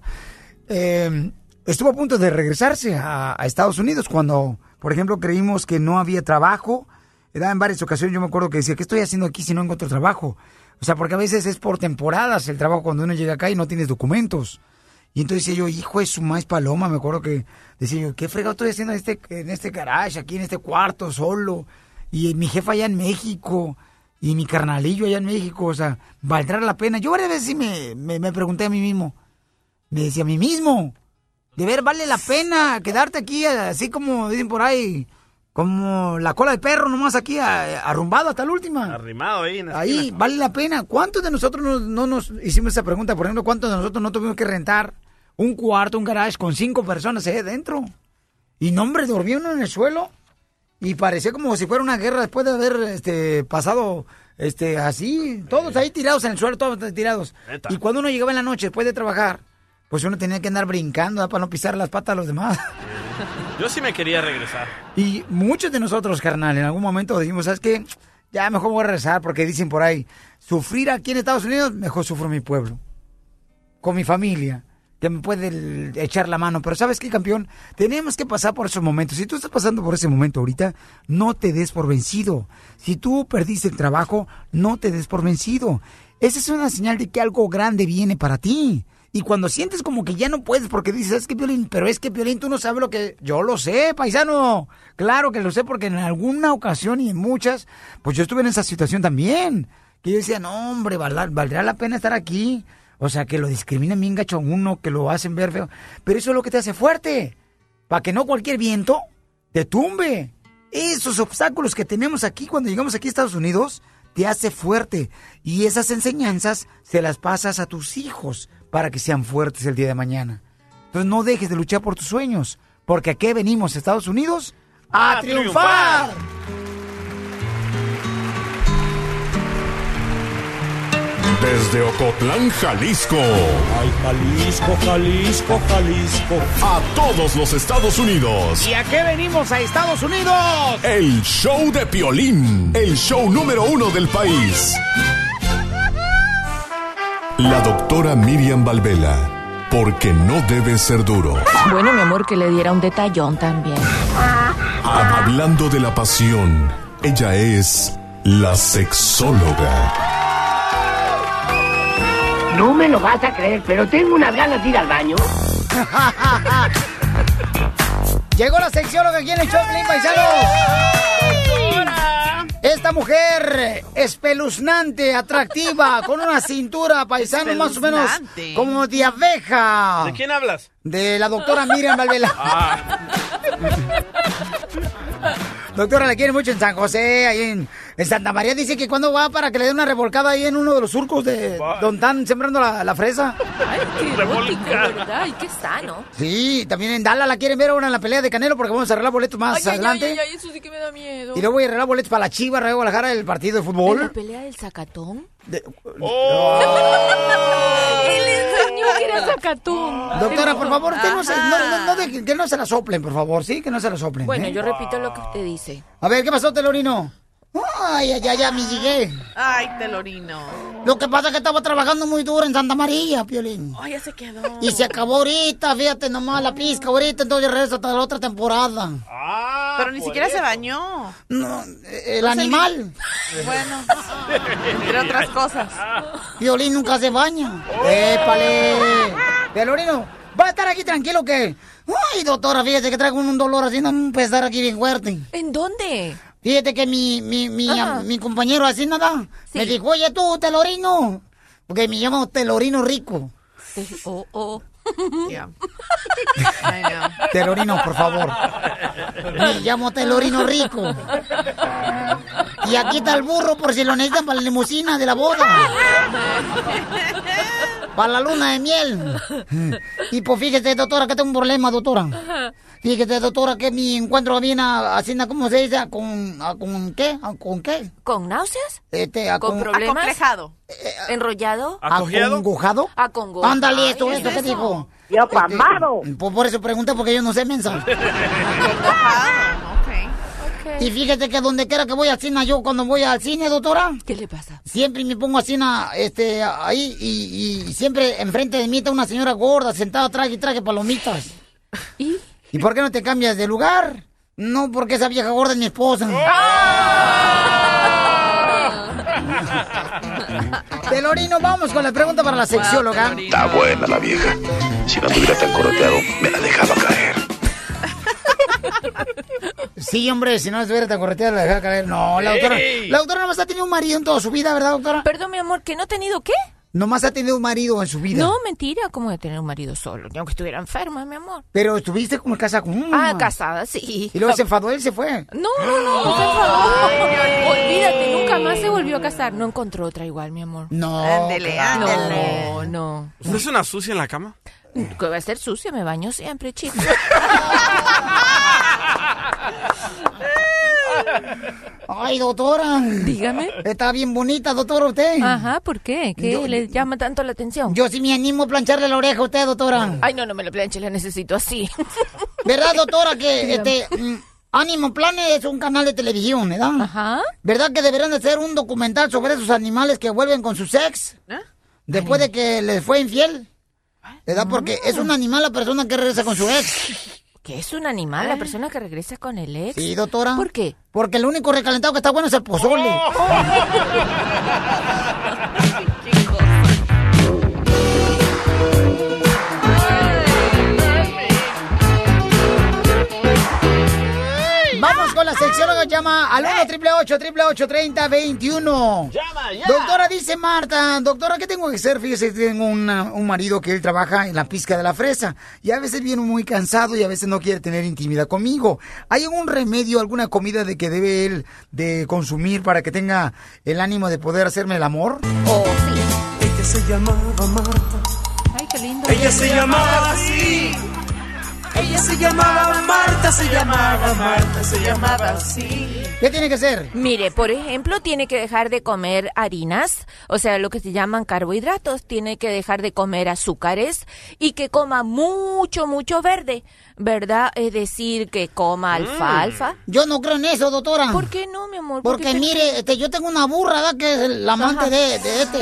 estuvo a punto de regresarse a Estados Unidos cuando, por ejemplo, creímos que no había trabajo. En varias ocasiones yo me acuerdo que decía, ¿qué estoy haciendo aquí si no encuentro trabajo? O sea, porque a veces es por temporadas el trabajo cuando uno llega acá y no tienes documentos. Y entonces decía yo, hijo de su maíz paloma, me acuerdo que decía yo, ¿qué fregado estoy haciendo en este garage, aquí en este cuarto solo? Y mi jefa allá en México, y mi carnalillo allá en México, o sea, ¿valdrá la pena? Yo varias veces sí me pregunté a mí mismo. Me decía a mí mismo, de ver, ¿vale la pena quedarte aquí así como dicen por ahí, como la cola de perro nomás aquí arrumbado hasta la última? Arrimado ahí en la ahí, esquina. ¿vale la pena? ¿Cuántos de nosotros no nos hicimos esa pregunta? Por ejemplo, ¿cuántos de nosotros no tuvimos que rentar un cuarto, un garage con 5 personas ahí adentro? Y no, hombre, dormía uno en el suelo y parecía como si fuera una guerra después de haber pasado así, todos ahí tirados en el suelo, todos tirados. Neta. Y cuando uno llegaba en la noche después de trabajar, pues uno tenía que andar brincando para no pisar las patas a los demás. Yo sí me quería regresar. Y muchos de nosotros, carnal, en algún momento dijimos, ¿sabes qué? Ya mejor voy a regresar porque dicen por ahí, sufrir aquí en Estados Unidos, mejor sufro en mi pueblo, con mi familia, que me puede echar la mano. Pero ¿sabes qué, campeón? Tenemos que pasar por esos momentos. Si tú estás pasando por ese momento ahorita, no te des por vencido. Si tú perdiste el trabajo, no te des por vencido. Esa es una señal de que algo grande viene para ti. Y cuando sientes como que ya no puedes, porque dices, es que Piolín, pero es que Piolín, tú no sabes lo que... Yo lo sé, paisano. Claro que lo sé, porque en alguna ocasión y en muchas, pues yo estuve en esa situación también. Que yo decía, no, hombre, ¿valdrá la pena estar aquí? O sea, que lo discriminan bien gacho a uno, que lo hacen ver feo. Pero eso es lo que te hace fuerte. Para que no cualquier viento te tumbe. Esos obstáculos que tenemos aquí cuando llegamos aquí a Estados Unidos, te hace fuerte. Y esas enseñanzas se las pasas a tus hijos para que sean fuertes el día de mañana. Entonces no dejes de luchar por tus sueños, porque aquí venimos a Estados Unidos a triunfar. Desde Ocotlán, Jalisco. Ay, Jalisco, Jalisco, Jalisco. A todos los Estados Unidos. ¿Y a qué venimos a Estados Unidos? El show de Piolín. El show número 1 del país. La doctora Miriam Valvela. Porque no debe ser duro. Bueno, mi amor, que le diera un detallón también. Hablando de la pasión, ella es la sexóloga. No me lo vas a creer, pero tengo unas ganas de ir al baño. Llegó la sexióloga aquí en el show, paisanos. Esta mujer espeluznante, atractiva, con una cintura, paisano, más o menos como de abeja. ¿De quién hablas? De la doctora Miriam Valvela. Doctora, la quiere mucho en San José, ahí en Santa María. Dice que cuando va para que le dé una revolcada ahí en uno de los surcos de donde están sembrando la fresa. Ay, qué erótico, ¿verdad? Y qué sano. Sí, también en Dallas la quieren ver ahora en la pelea de Canelo porque vamos a arreglar boletos más adelante. Ay, eso sí que me da miedo. Y luego voy a arreglar boletos para la Chivas, Rayo Guadalajara, el partido de fútbol. ¿En la pelea del Zacatón? Él enseñó que era Zacatón. Doctora, por favor, usted no deje que no se la soplen, por favor, ¿sí? Que no se la soplen. Bueno, yo repito lo que usted dice. A ver, ¿qué pasó, Telorino? Ay, me llegué. Ay, Telorino. Lo que pasa es que estaba trabajando muy duro en Santa María, Piolín. Ay, ya se quedó. Y se acabó ahorita, fíjate nomás, la pizca ahorita, entonces regreso hasta la otra temporada. Pero ni siquiera se bañó. No, el animal. Bueno, entre otras cosas. Piolín nunca se baña. ¡Épale! Telorino, ¿va a estar aquí tranquilo que? Ay, doctora, fíjate que traigo un dolor así, un pesar aquí bien fuerte. ¿En dónde? Fíjate que mi compañero así nada, me dijo, oye tú, Telorino, porque me llamo Telorino Rico. Yeah. Telorino, por favor. Me llamo Telorino Rico. Y aquí está el burro por si lo necesitan para la limusina de la boda. Para la luna de miel. Y pues fíjese, doctora, que tengo un problema, doctora. Fíjese, doctora, que mi encuentro viene así, ¿cómo se dice? ¿Con qué? ¿Con qué? ¿Con náuseas? ¿Con problemas? Acomplejado. ¿Enrollado? ¿Acongojado? Acongojado. Ándale, eso, ¿qué dijo? Yo pamado. Pues por eso pregunté, porque yo no sé, mensa. Y fíjate que donde quiera que voy al cine, yo cuando voy al cine, doctora. ¿Qué le pasa? Siempre me pongo así, ahí, y siempre enfrente de mí está una señora gorda, sentada, traje palomitas. ¿Y por qué no te cambias de lugar? No, porque esa vieja gorda es mi esposa. Telorino, vamos con la pregunta para la sexióloga. Está buena la vieja. Si no estuviera tan correteado, me la dejaba caer. Sí, hombre, si no estuviera tan correteada, la dejaba caer. No, la doctora nomás ha tenido un marido en toda su vida, ¿verdad, doctora? Perdón, mi amor, ¿que no ha tenido qué? Nomás ha tenido un marido en su vida. No, mentira, ¿cómo voy a tener un marido solo? Ni aunque estuviera enferma, mi amor. Pero estuviste como casada con una. Ah, casada, sí. Y luego se enfadó, él se fue. No se enfadó. Olvídate, nunca más se volvió a casar. No encontró otra igual, mi amor. No. Ándele. No. ¿Usted es una sucia en la cama? Que va a ser sucia, me baño siempre, chico. Ay, doctora. Dígame. Está bien bonita, doctora, usted. Ajá, ¿por qué? ¿Qué le llama tanto la atención? Yo sí me animo a plancharle la oreja a usted, doctora. Ay, no me la planche, la necesito así. ¿Verdad, doctora, que Ánimo Planet es un canal de televisión, ¿verdad? Ajá. ¿Verdad que deberían de hacer un documental sobre esos animales que vuelven con su ex? Después de que les fue infiel. ¿Verdad? Porque es un animal la persona que regresa con su ex. ¿Qué es un animal? ¿La persona que regresa con el ex? Sí, doctora. ¿Por qué? Porque el único recalentado que está bueno es el pozole. Vamos con la sexióloga. Llama al 1-888-888-3021. Llama ya. Doctora, dice Marta, doctora, ¿qué tengo que hacer? Fíjese, tengo un marido que él trabaja en la pizca de la fresa y a veces viene muy cansado y a veces no quiere tener intimidad conmigo. ¿Hay algún remedio, alguna comida de que debe él de consumir para que tenga el ánimo de poder hacerme el amor? Oh, sí. Ella se llamaba Marta. Ay, qué lindo. Ella se llamaba así. Ella se llamaba Marta, se llamaba Marta, se llamaba así. ¿Qué tiene que hacer? Mire, por ejemplo, tiene que dejar de comer harinas, o sea, lo que se llaman carbohidratos. Tiene que dejar de comer azúcares y que coma mucho verde, ¿verdad? Es decir, que coma alfalfa. Yo no creo en eso, doctora. ¿Por qué no, mi amor? Porque mire, yo tengo una burra, ¿verdad? Que es el amante de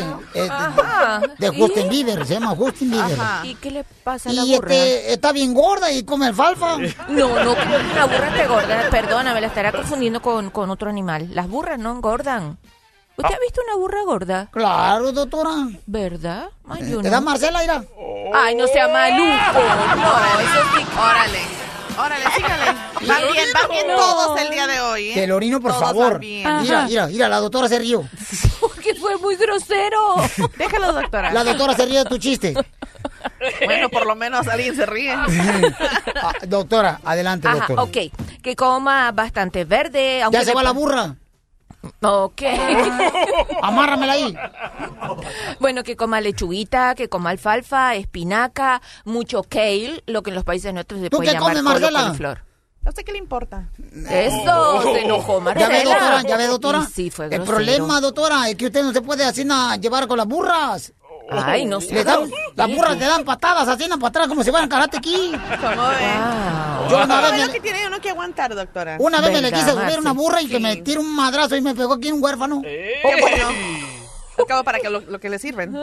Justin Bieber, se llama Justin Bieber. Ajá. ¿Y qué le pasa a la Y burra? está bien gorda y come alfalfa. No, una burra está gorda, perdóname, la estará confundiendo con otro animal. Las burras no engordan. ¿Usted ha visto una burra gorda? Claro, doctora. ¿Verdad? Ay, yo ¿Te da no. Marcela, Ira? Ay, no sea maluco. No, eso sí. Órale, sígale. Van bien todos el día de hoy, ¿eh? Telorino, por Todos favor. van bien. Mira, la doctora se rió. Porque fue muy grosero. Déjalo, doctora. La doctora se ríe de tu chiste. Bueno, por lo menos alguien se ríe. Doctora, adelante, doctora. Ok, que coma bastante verde. Ya se va la burra. Ok. Amárramela ahí. Bueno, que coma lechuguita, que coma alfalfa, espinaca, mucho kale, lo que en los países nuestros se ¿Tú puede qué llamar comes, Marcela? coliflor. ¿A usted qué le importa? Eso, se enojó Marcela. ¿Ya ve, doctora? Y sí, fue El grosero. problema, doctora, es que usted no se puede así llevar con las burras. Ay, no sé. Las burras te dan patadas así para atrás como si fueran karate aquí. ¿Cómo ve? Yo una vez es lo que tiene uno que aguantar, doctora. Una vez me le quise subir una burra y que me tiró un madrazo y me pegó aquí un huérfano. Qué bueno. Acabo para que lo que le sirven.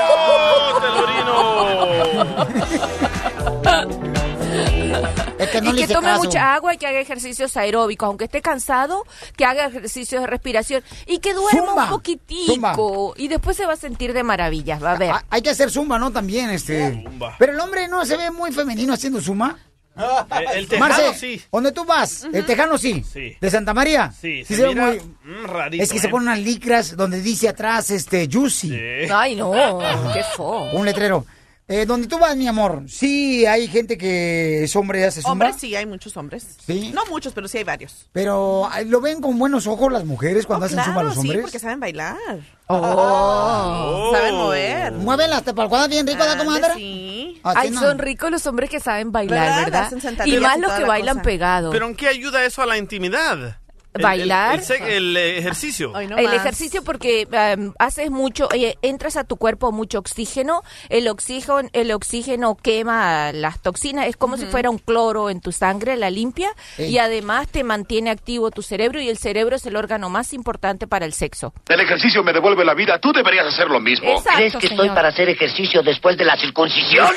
Es que no y le que hice tome caso. mucha agua y que haga ejercicios aeróbicos, aunque esté cansado, que haga ejercicios de respiración y que duerma Zumba. un poquitico y después se va a sentir de maravillas, va a ver. Hay que hacer zumba, ¿no? También, Pero el hombre no se ve muy femenino haciendo zumba. El tejano Marce, sí. ¿dónde tú vas? ¿El tejano sí? Sí. ¿De Santa María? Sí, se se ve mira muy... rarito. Es que se ponen unas licras donde dice atrás, juicy. Ay, no, qué fo. Un letrero. donde tú vas, mi amor, sí hay gente que es hombre y hace zumba. Hombres, sí, hay muchos hombres. ¿Sí? No muchos, pero sí hay varios. Pero, ¿lo ven con buenos ojos las mujeres cuando hacen zumba los hombres? Sí, porque saben bailar. Saben mover. Mueven las tepalcuadas bien rico, ¿da, comadre? Sí. Ay, son ricos los hombres que saben bailar, ¿verdad? Y más los que bailan pegados. ¿Pero en qué ayuda eso a la intimidad? Bailar. El ejercicio. El ejercicio porque haces mucho, entras a tu cuerpo mucho oxígeno, el oxígeno quema las toxinas, es como si fuera un cloro en tu sangre, la limpia, y además te mantiene activo tu cerebro, y el cerebro es el órgano más importante para el sexo. El ejercicio me devuelve la vida, tú deberías hacer lo mismo. Exacto, ¿Crees que estoy para hacer ejercicio después de la circuncisión?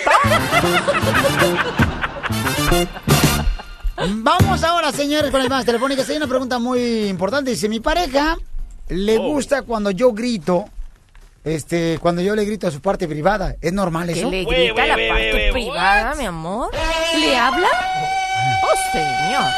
Vamos ahora, señores, con las llamadas telefónicas. Hay una pregunta muy importante. Dice, mi pareja le gusta cuando yo grito, cuando yo le grito a su parte privada. ¿Es normal eso? ¿Que le grita a la parte privada, mi amor? ¿Le habla? ¡Oh, señor!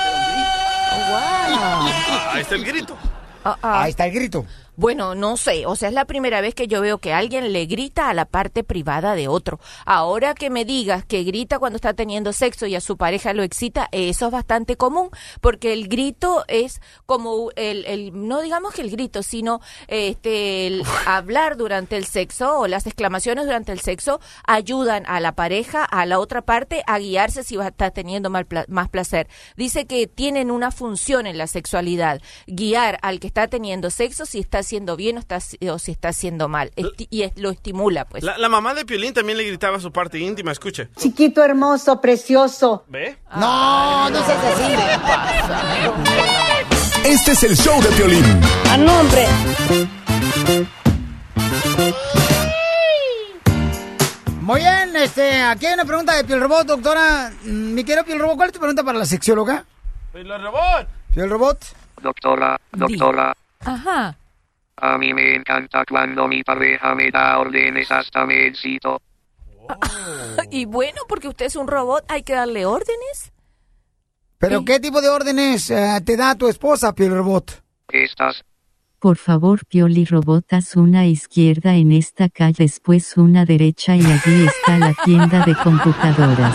¡Wow! Ahí está el grito. Ahí está el grito. Bueno, no sé, o sea, es la primera vez que yo veo que alguien le grita a la parte privada de otro. Ahora que me digas que grita cuando está teniendo sexo y a su pareja lo excita, eso es bastante común, porque el grito es como no digamos que el grito, sino el hablar durante el sexo o las exclamaciones durante el sexo ayudan a la pareja, a la otra parte, a guiarse si va a estar teniendo más placer. Dice que tienen una función en la sexualidad, guiar al que está teniendo sexo si está haciendo bien o si está haciendo mal. Lo estimula, pues. La mamá de Piolín también le gritaba a su parte íntima, escuche. Chiquito, hermoso, precioso. ¿Ve? No seas así. Este es el show de Piolín. ¡A nombre! Muy bien, aquí hay una pregunta de Piel Robot, doctora. Mi querido Piel Robot, ¿cuál es tu pregunta para la sexióloga? Piel Robot. Piel Robot. Doctora. Ajá. A mí me encanta cuando mi pareja me da órdenes, hasta me excito. Y bueno, porque usted es un robot, hay que darle órdenes. ¿Pero qué tipo de órdenes te da tu esposa, Piel Robot? Estas. Por favor, Pioli Robot, haz una izquierda en esta calle, después una derecha y allí está la tienda de computadoras.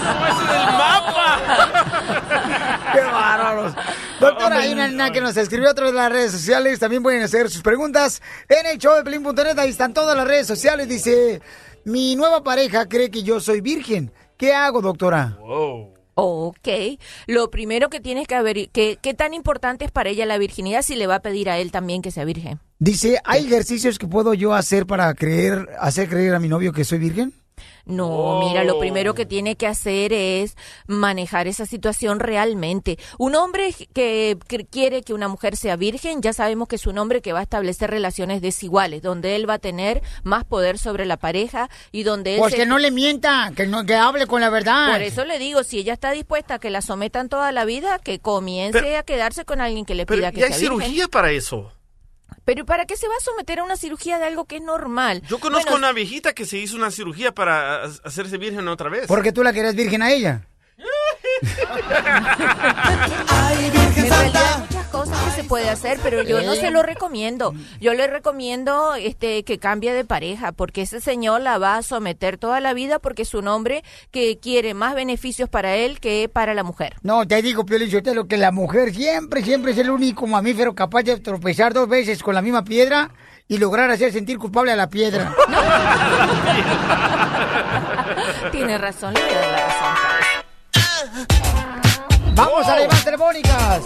¡Qué bárbaros! Doctora, hay una nena que nos escribió a través de las redes sociales. También pueden hacer sus preguntas en el show de Pelín.net. Ahí están todas las redes sociales. Dice, mi nueva pareja cree que yo soy virgen. ¿Qué hago, doctora? Wow. Ok. Lo primero que tienes que ver, ¿qué tan importante es para ella la virginidad si le va a pedir a él también que sea virgen? Dice, ¿hay ejercicios que puedo yo hacer para hacer creer a mi novio que soy virgen? No, mira, lo primero que tiene que hacer es manejar esa situación realmente. Un hombre que quiere que una mujer sea virgen, ya sabemos que es un hombre que va a establecer relaciones desiguales, donde él va a tener más poder sobre la pareja y donde él... Pues que no le mienta, que hable con la verdad. Por eso le digo, si ella está dispuesta a que la sometan toda la vida, que comience a quedarse con alguien que le pida que sea virgen. Pero ya hay cirugía para eso. ¿Pero para qué se va a someter a una cirugía de algo que es normal? Yo conozco una viejita que se hizo una cirugía para hacerse virgen otra vez. ¿Porque tú la querías virgen a ella? Ay, Virgen Santa. Hay muchas cosas que se puede hacer, pero yo no se lo recomiendo. Yo le recomiendo que cambie de pareja, porque ese señor la va a someter toda la vida porque es un hombre que quiere más beneficios para él que para la mujer. No, te digo, Piolín, lo que la mujer siempre es el único mamífero capaz de tropezar 2 veces con la misma piedra y lograr hacer sentir culpable a la piedra. Tiene razón, le voy a dar la razón. Vamos a las llamadas telefónicas.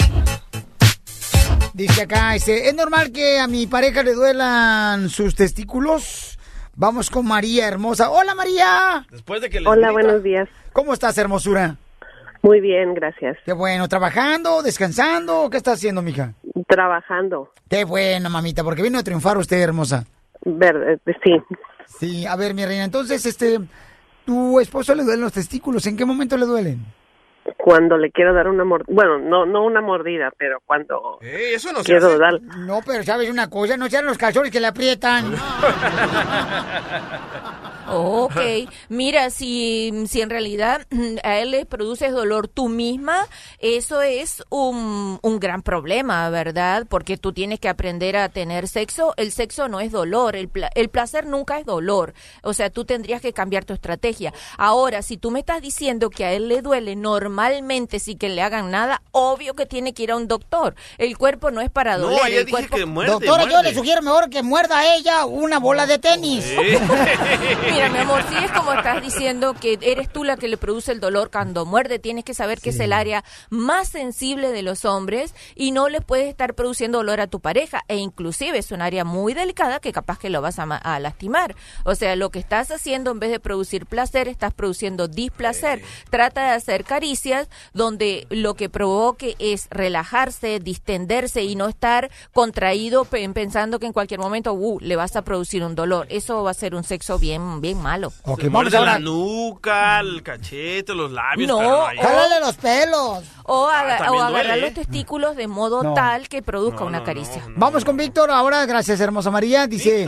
Dice acá, ¿es normal que a mi pareja le duelan sus testículos? Vamos con María, hermosa. ¡Hola, María! Después de que Hola, buenos días. ¿Cómo estás, hermosura? Muy bien, gracias. Qué bueno. ¿Trabajando, descansando? ¿Qué estás haciendo, mija? Trabajando. Qué bueno, mamita, porque vino a triunfar usted, hermosa. Sí. Sí, a ver, mi reina, entonces, ¿tu esposo le duelen los testículos? ¿En qué momento le duelen? Cuando le quiero dar una mordida, bueno, no una mordida, pero cuando eso no quiero dar. No, pero ¿sabes una cosa? No sean los calzones que le aprietan. Ok, mira, si en realidad a él le produces dolor tú misma, eso es un gran problema, ¿verdad? Porque tú tienes que aprender a tener sexo. El sexo no es dolor, el placer nunca es dolor. O sea, tú tendrías que cambiar tu estrategia. Ahora, si tú me estás diciendo que a él le duele normalmente sin que le hagan nada, obvio que tiene que ir a un doctor. El cuerpo no es para doler. No, ella dije que muerde. Doctora, yo le sugiero mejor que muerda a ella una bola de tenis. Mira, mi amor, si es como estás diciendo que eres tú la que le produce el dolor cuando muerde, tienes que saber que es el área más sensible de los hombres y no le puedes estar produciendo dolor a tu pareja, e inclusive es un área muy delicada que capaz que lo vas a lastimar. O sea, lo que estás haciendo en vez de producir placer, estás produciendo displacer. Trata de hacer caricias donde lo que provoque es relajarse, distenderse y no estar contraído pensando que en cualquier momento le vas a producir un dolor. Eso va a ser un sexo bien malo. Okay, vamos a la nuca, el cachete, los labios. No, jálale los pelos. O agarrar duele, los testículos de modo tal que produzca una caricia. Vamos con Víctor ahora, gracias hermosa María. Dice,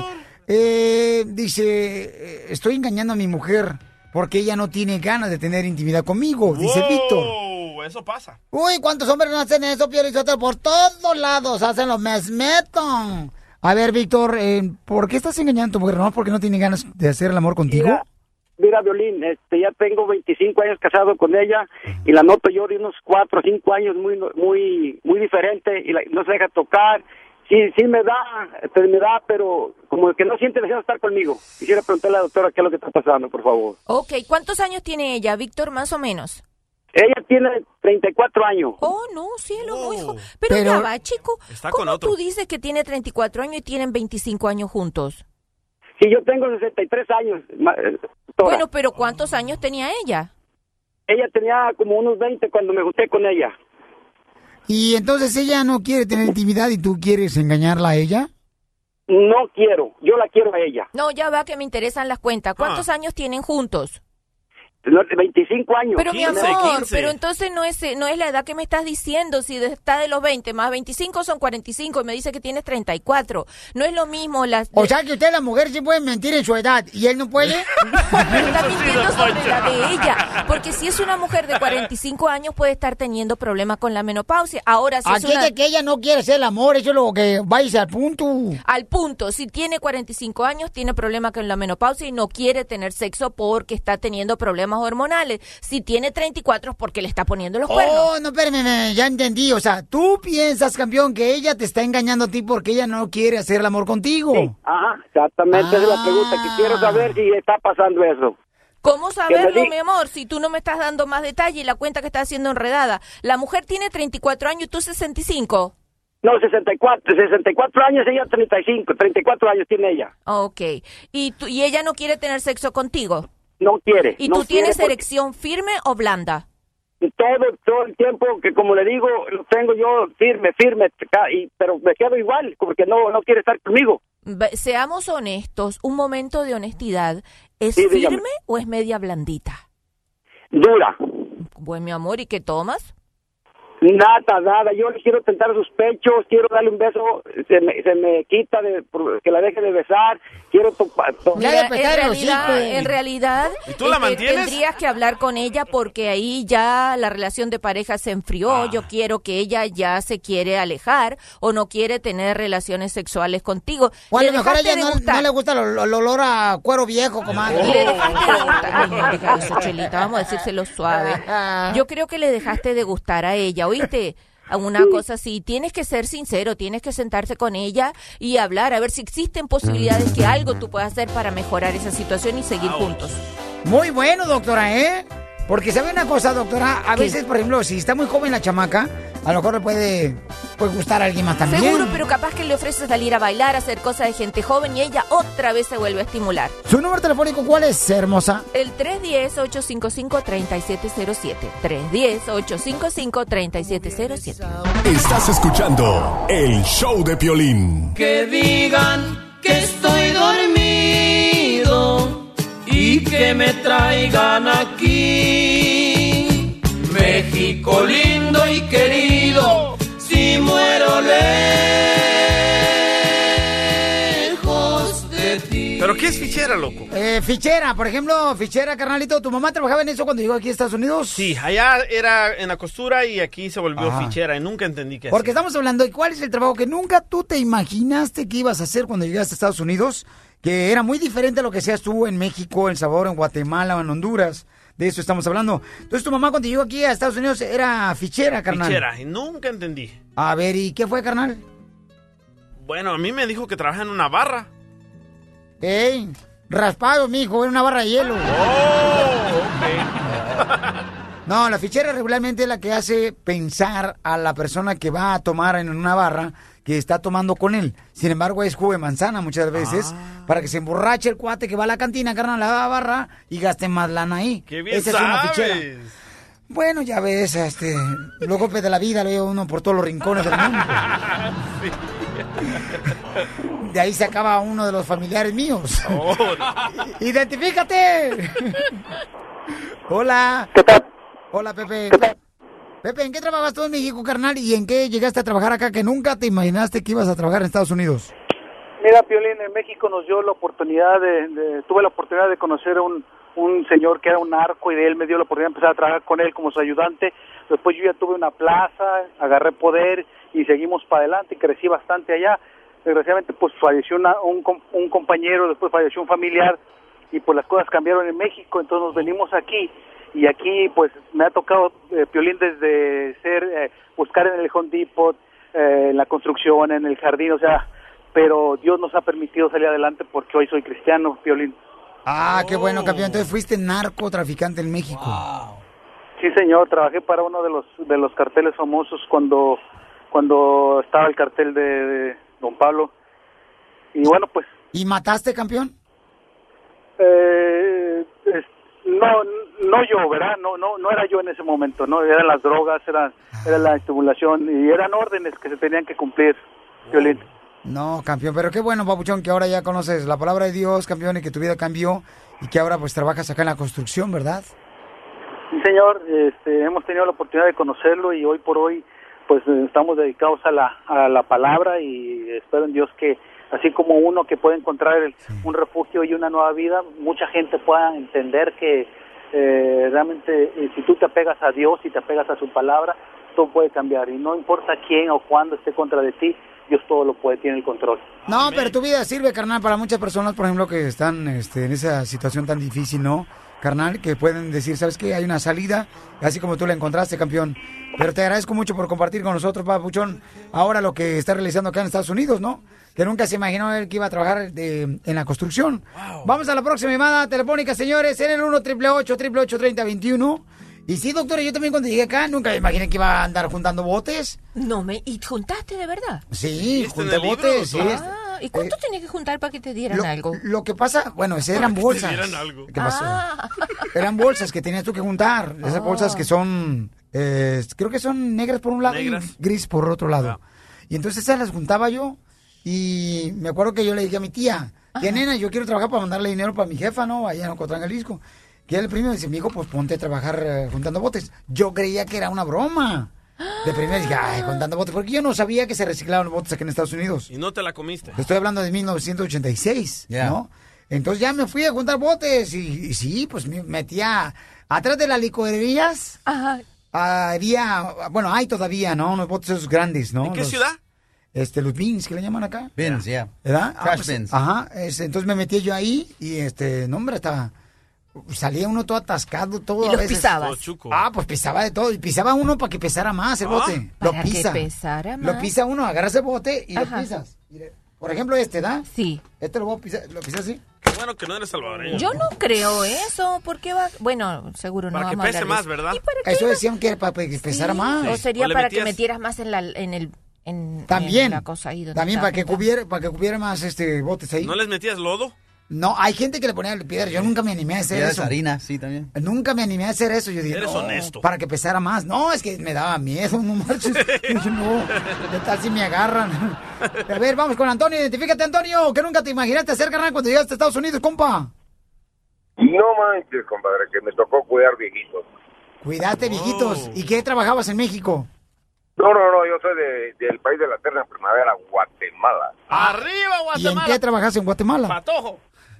estoy engañando a mi mujer porque ella no tiene ganas de tener intimidad conmigo, dice Víctor. Eso pasa. Uy, ¿cuántos hombres no hacen eso, Piolizotelo? Por todos lados hacen lo mesmeto. A ver, Víctor, ¿por qué estás engañando a tu mujer? ¿No? ¿Porque no tiene ganas de hacer el amor contigo? Mira, Violín, ya tengo 25 años casado con ella y la noto yo de unos 4 o 5 años muy diferente y no se deja tocar. Sí me da, pero como que no siente deseo de estar conmigo. Quisiera preguntarle a la doctora qué es lo que está pasando, por favor. Ok, ¿cuántos años tiene ella, Víctor, más o menos? Ella tiene 34 años. Oh, no, cielo, muy hijo. Pero ya va, chico. ¿Cómo tú dices que tiene 34 años y tienen 25 años juntos? Sí, yo tengo 63 años. Bueno, pero ¿cuántos años tenía ella? Ella tenía como unos 20 cuando me junté con ella. ¿Y entonces ella no quiere tener intimidad y tú quieres engañarla a ella? No quiero, yo la quiero a ella. No, ya va, que me interesan las cuentas. ¿Cuántos años tienen juntos? 25 años. Pero 15, mi amor, 15. Pero entonces no es la edad que me estás diciendo. Si está de los 20 más 25 son 45 y me dice que tienes 34. No es lo mismo las... O sea que usted, la mujer, sí puede mentir en su edad y él no puede. Pero está mintiendo sobre la de ella. Porque si es una mujer de 45 años puede estar teniendo problemas con la menopausia. Ahora, si aquí es de que ella no quiere hacer el amor, eso es lo que va a irse al punto. Al punto. Si tiene 45 años, tiene problemas con la menopausia y no quiere tener sexo porque está teniendo problemas hormonales. Si tiene 34 es porque le está poniendo los cuernos. Oh, no, espérame, ya entendí. O sea, tú piensas, campeón, que ella te está engañando a ti porque ella no quiere hacer el amor contigo. Sí, ajá, exactamente. Esa es la pregunta que quiero saber si está pasando eso. ¿Cómo saberlo, mi amor, si tú no me estás dando más detalle y la cuenta que estás haciendo enredada? La mujer tiene 34 años y tú 65. No, 64 años, ella 34 años tiene ella. Ok. ¿Y ella no quiere tener sexo contigo? No quiere. ¿Y tú tienes erección firme o blanda? Todo el tiempo que, como le digo, lo tengo yo firme, pero me quedo igual, porque no quiere estar conmigo. Seamos honestos, un momento de honestidad. ¿Es firme dígame. O es media blandita? Dura. Bueno, mi amor, ¿y qué tomas? Nada, yo le quiero tentar sus pechos, quiero darle un beso, se me quita que la deje de besar, quiero en realidad ¿y tú la mantienes? Tendrías que hablar con ella porque ahí ya la relación de pareja se enfrió. Yo quiero que ella ya se quiere alejar o no quiere tener relaciones sexuales contigo. O a lo mejor a ella no le gusta el olor a cuero viejo, comadre. Le dejaste de gustar. Ay, no diga eso, Chelita, vamos a decírselo suave. Yo creo que le dejaste de gustar a ella. ¿Oíste? Una cosa así, tienes que ser sincero, tienes que sentarse con ella y hablar, a ver si existen posibilidades que algo tú puedas hacer para mejorar esa situación y seguir juntos. Muy bueno, doctora, ¿eh? Porque sabe una cosa, doctora, a veces, por ejemplo, si está muy joven la chamaca, a lo mejor le puede gustar a alguien más también. Seguro, pero capaz que le ofreces salir a bailar, hacer cosas de gente joven y ella otra vez se vuelve a estimular. ¿Su número telefónico cuál es, hermosa? El 310-855-3707. 310-855-3707. Estás escuchando el show de Piolín. Que digan que estoy dormido y que me traigan aquí. México lindo y querido, si muero lejos de ti. ¿Pero ¿Qué es fichera, loco? Fichera, por ejemplo, fichera, carnalito. ¿Tu mamá trabajaba en eso cuando llegó aquí a Estados Unidos? Sí, allá era en la costura y aquí se volvió fichera y nunca entendí qué Porque hacía. estamos hablando de cuál es el trabajo que nunca tú te imaginaste que ibas a hacer cuando llegaste a Estados Unidos, que era muy diferente a lo que hacías tú en México, en El Salvador, en Guatemala o en Honduras. De eso estamos hablando. Entonces, tu mamá cuando llegó aquí a Estados Unidos era fichera, carnal. Fichera, y nunca entendí. A ver, ¿y qué fue, carnal? Bueno, a mí me dijo que trabaja en una barra. ¡Ey! Raspado, mijo, en una barra de hielo. No, la fichera regularmente es la que hace pensar a la persona que va a tomar en una barra que está tomando con él. Sin embargo, es jugo de manzana muchas veces para que se emborrache el cuate que va a la cantina, carnal, a la barra y gaste más lana ahí. ¡Qué bien Esa sabes! es una fichera. Bueno, ya ves, los golpes de la vida lo lleva uno por todos los rincones del mundo. De ahí se acaba uno de los familiares míos. ¡Identifícate! Hola. ¿Qué tal? Hola, Pepe. Pepe, ¿en qué trabajas tú en México, carnal? ¿Y en qué llegaste a trabajar acá que nunca te imaginaste que ibas a trabajar en Estados Unidos? Mira, Piolín, en México nos dio la oportunidad tuve la oportunidad de conocer a un señor que era un narco y de él me dio la oportunidad de empezar a trabajar con él como su ayudante. Después yo ya tuve una plaza, agarré poder y seguimos para adelante y crecí bastante allá. Desgraciadamente pues falleció un compañero, después falleció un familiar y pues las cosas cambiaron en México, entonces nos venimos aquí y aquí pues me ha tocado, Piolín, desde buscar en el Home Depot, en la construcción, en el jardín, o sea, pero Dios nos ha permitido salir adelante porque hoy soy cristiano, Piolín. Ah, qué bueno, campeón. Entonces fuiste narcotraficante en México. Wow. Sí, señor. Trabajé para uno de los carteles famosos cuando estaba el cartel de Don Pablo. Y bueno, pues... ¿Y mataste, campeón? No yo, ¿verdad? No era yo en ese momento, ¿no? Eran las drogas, era la estimulación y eran órdenes que se tenían que cumplir, Violín. No, campeón, pero qué bueno, papuchón, que ahora ya conoces la palabra de Dios, campeón, y que tu vida cambió y que ahora pues trabajas acá en la construcción, ¿verdad? Sí, señor, hemos tenido la oportunidad de conocerlo y hoy por hoy pues estamos dedicados a la palabra y espero en Dios que así como uno que puede encontrar un refugio y una nueva vida, mucha gente pueda entender que realmente si tú te apegas a Dios y te apegas a su palabra, todo puede cambiar y no importa quién o cuándo esté contra de ti, Dios todo lo puede, tiene el control. No, pero tu vida sirve, carnal, para muchas personas, por ejemplo, que están en esa situación tan difícil, ¿no? Carnal, que pueden decir, ¿sabes qué? Hay una salida, así como tú la encontraste, campeón. Pero te agradezco mucho por compartir con nosotros, papuchón, ahora lo que está realizando acá en Estados Unidos, ¿no? Que nunca se imaginó él que iba a trabajar en la construcción. Wow. Vamos a la próxima llamada telefónica, señores, en el 1-888-888-3021. Y sí, doctora, yo también cuando llegué acá nunca me imaginé que iba a andar juntando botes. ¿Y juntaste de verdad? Sí, junté botes. Sí, ¿y cuánto tenías que juntar para que te dieran algo? Lo que pasa, bueno, eran bolsas. ¿Te dieran algo? ¿Qué pasó? Eran bolsas que tenías tú que juntar. Esas bolsas que son, creo que son negras por un lado y gris por otro lado. Y entonces esas las juntaba yo. Y me acuerdo que yo le dije a mi tía, nena, yo quiero trabajar para mandarle dinero para mi jefa, ¿no? Allá en Ocotlán, Jalisco. Que el primero dice, mijo, pues ponte a trabajar juntando botes. Yo creía que era una broma. De primero dije, juntando botes, porque yo no sabía que se reciclaban los botes aquí en Estados Unidos. Y no te la comiste. Estoy hablando de 1986, ¿no? Entonces ya me fui a juntar botes y sí, pues me metía atrás de las licorerías. Hay todavía, ¿no? Unos botes esos grandes, ¿no? ¿En qué ciudad? Los beans, que le llaman acá. Beans, ya. ¿Verdad? Trash beans. Entonces me metí yo ahí y no, hombre, salía uno todo atascado, todo. ¿Y los pisabas? Pues pisaba de todo. Y pisaba uno para que pesara más el bote. Para que pesara más. Lo pisa uno, agarras el bote y lo pisas. Por ejemplo, ¿da? Sí. Lo voy a pisar, ¿lo pisas así? Qué bueno que no eres salvadoreño. Yo no creo eso. ¿Por qué va? Bueno, seguro no. Para que pese más, ¿verdad? Eso decían que era para que pesara más. O sería para que metieras más en también, la cosa ahí donde también para que cubiera más botes ahí. ¿No les metías lodo? No, hay gente que le ponía piedra. Yo nunca me animé a hacer eso. Harina, sí, también. Nunca me animé a hacer eso. Yo dije, eres honesto. Para que pesara más. No, es que me daba miedo, no marches. No, ¿qué tal si me agarran? A ver, vamos con Antonio. Identifícate, Antonio. ¿Qué nunca te imaginaste hacer, carnal, cuando llegaste a Estados Unidos, compa? No manches, compadre, que me tocó cuidar viejitos. Cuidaste viejitos. ¿Y qué trabajabas en México? No, yo soy del país de la eterna primavera, Guatemala. ¡Arriba, Guatemala! ¿Y en qué trabajas en Guatemala? Patojo.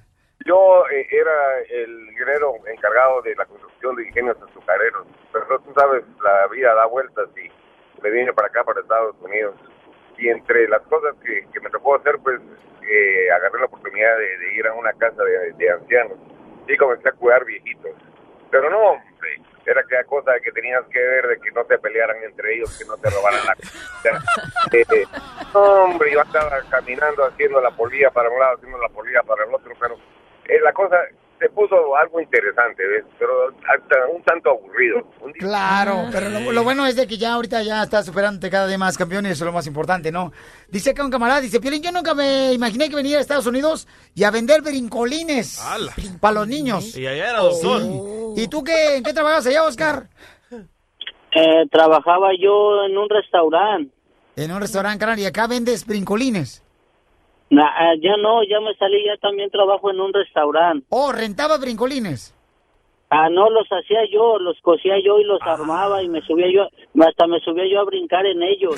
Yo era el guerrero encargado de la construcción de ingenios azucareros, pero tú sabes, la vida da vueltas y me vine para acá, para Estados Unidos. Y entre las cosas que me tocó hacer, pues agarré la oportunidad de ir a una casa de ancianos y comencé a cuidar viejitos. Pero no, hombre, era aquella cosa que tenías que ver de que no se pelearan entre ellos, que no te robaran la comida. Hombre, yo estaba caminando haciendo la polilla para un lado, haciendo la polilla para el otro, pero la cosa se puso algo interesante, ¿ves? Pero hasta un tanto aburrido. Claro, pero lo bueno es de que ya ahorita ya está superándote cada día más, campeón, y eso es lo más importante, ¿no? Dice acá un camarada, dice, Piolín, yo nunca me imaginé que venía a Estados Unidos y a vender brincolines para los niños. Y allá era doctor. Sí. ¿Y tú en qué trabajas allá, Oscar? Trabajaba yo en un restaurante. En un restaurante, carnal, y acá vendes brincolines. Ya no, ya me salí, ya también trabajo en un restaurante. Oh, ¿rentaba brincolines? No, los hacía yo, los cosía yo y los armaba y hasta me subía yo a brincar en ellos.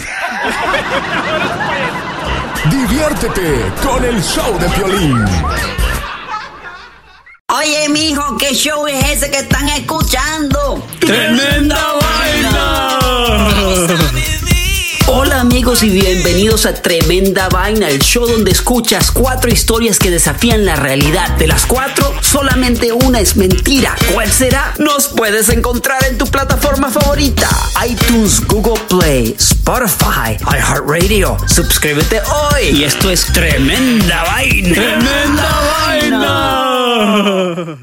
Diviértete con el show de Piolín. Oye, mijo, ¿qué show es ese que están escuchando? ¡Tremenda Vaina! Hola amigos y bienvenidos a Tremenda Vaina, el show donde escuchas 4 historias que desafían la realidad. De las 4, solamente una es mentira. ¿Cuál será? Nos puedes encontrar en tu plataforma favorita: iTunes, Google Play, Spotify, iHeartRadio. Suscríbete hoy. Y esto es Tremenda Vaina. ¡Tremenda Vaina!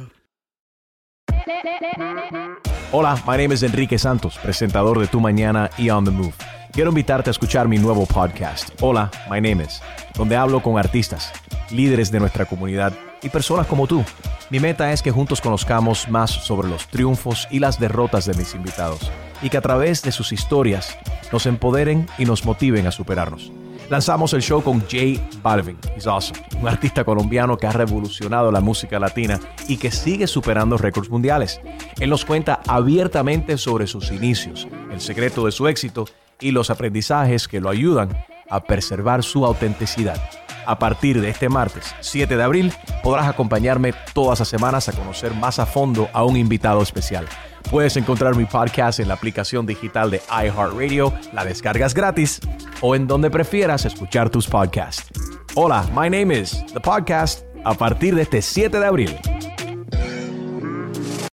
Hola, my name is Enrique Santos, presentador de Tu Mañana y On The Move. Quiero invitarte a escuchar mi nuevo podcast, Hola, my name is, donde hablo con artistas, líderes de nuestra comunidad y personas como tú. Mi meta es que juntos conozcamos más sobre los triunfos y las derrotas de mis invitados y que a través de sus historias nos empoderen y nos motiven a superarnos. Lanzamos el show con J Balvin, he's awesome, un artista colombiano que ha revolucionado la música latina y que sigue superando récords mundiales. Él nos cuenta abiertamente sobre sus inicios, el secreto de su éxito y los aprendizajes que lo ayudan a preservar su autenticidad. A partir de este martes 7 de abril podrás acompañarme todas las semanas a conocer más a fondo a un invitado especial. Puedes encontrar mi podcast en la aplicación digital de iHeartRadio, la descargas gratis o en donde prefieras escuchar tus podcasts. Hola, my name is The Podcast, a partir de este 7 de abril.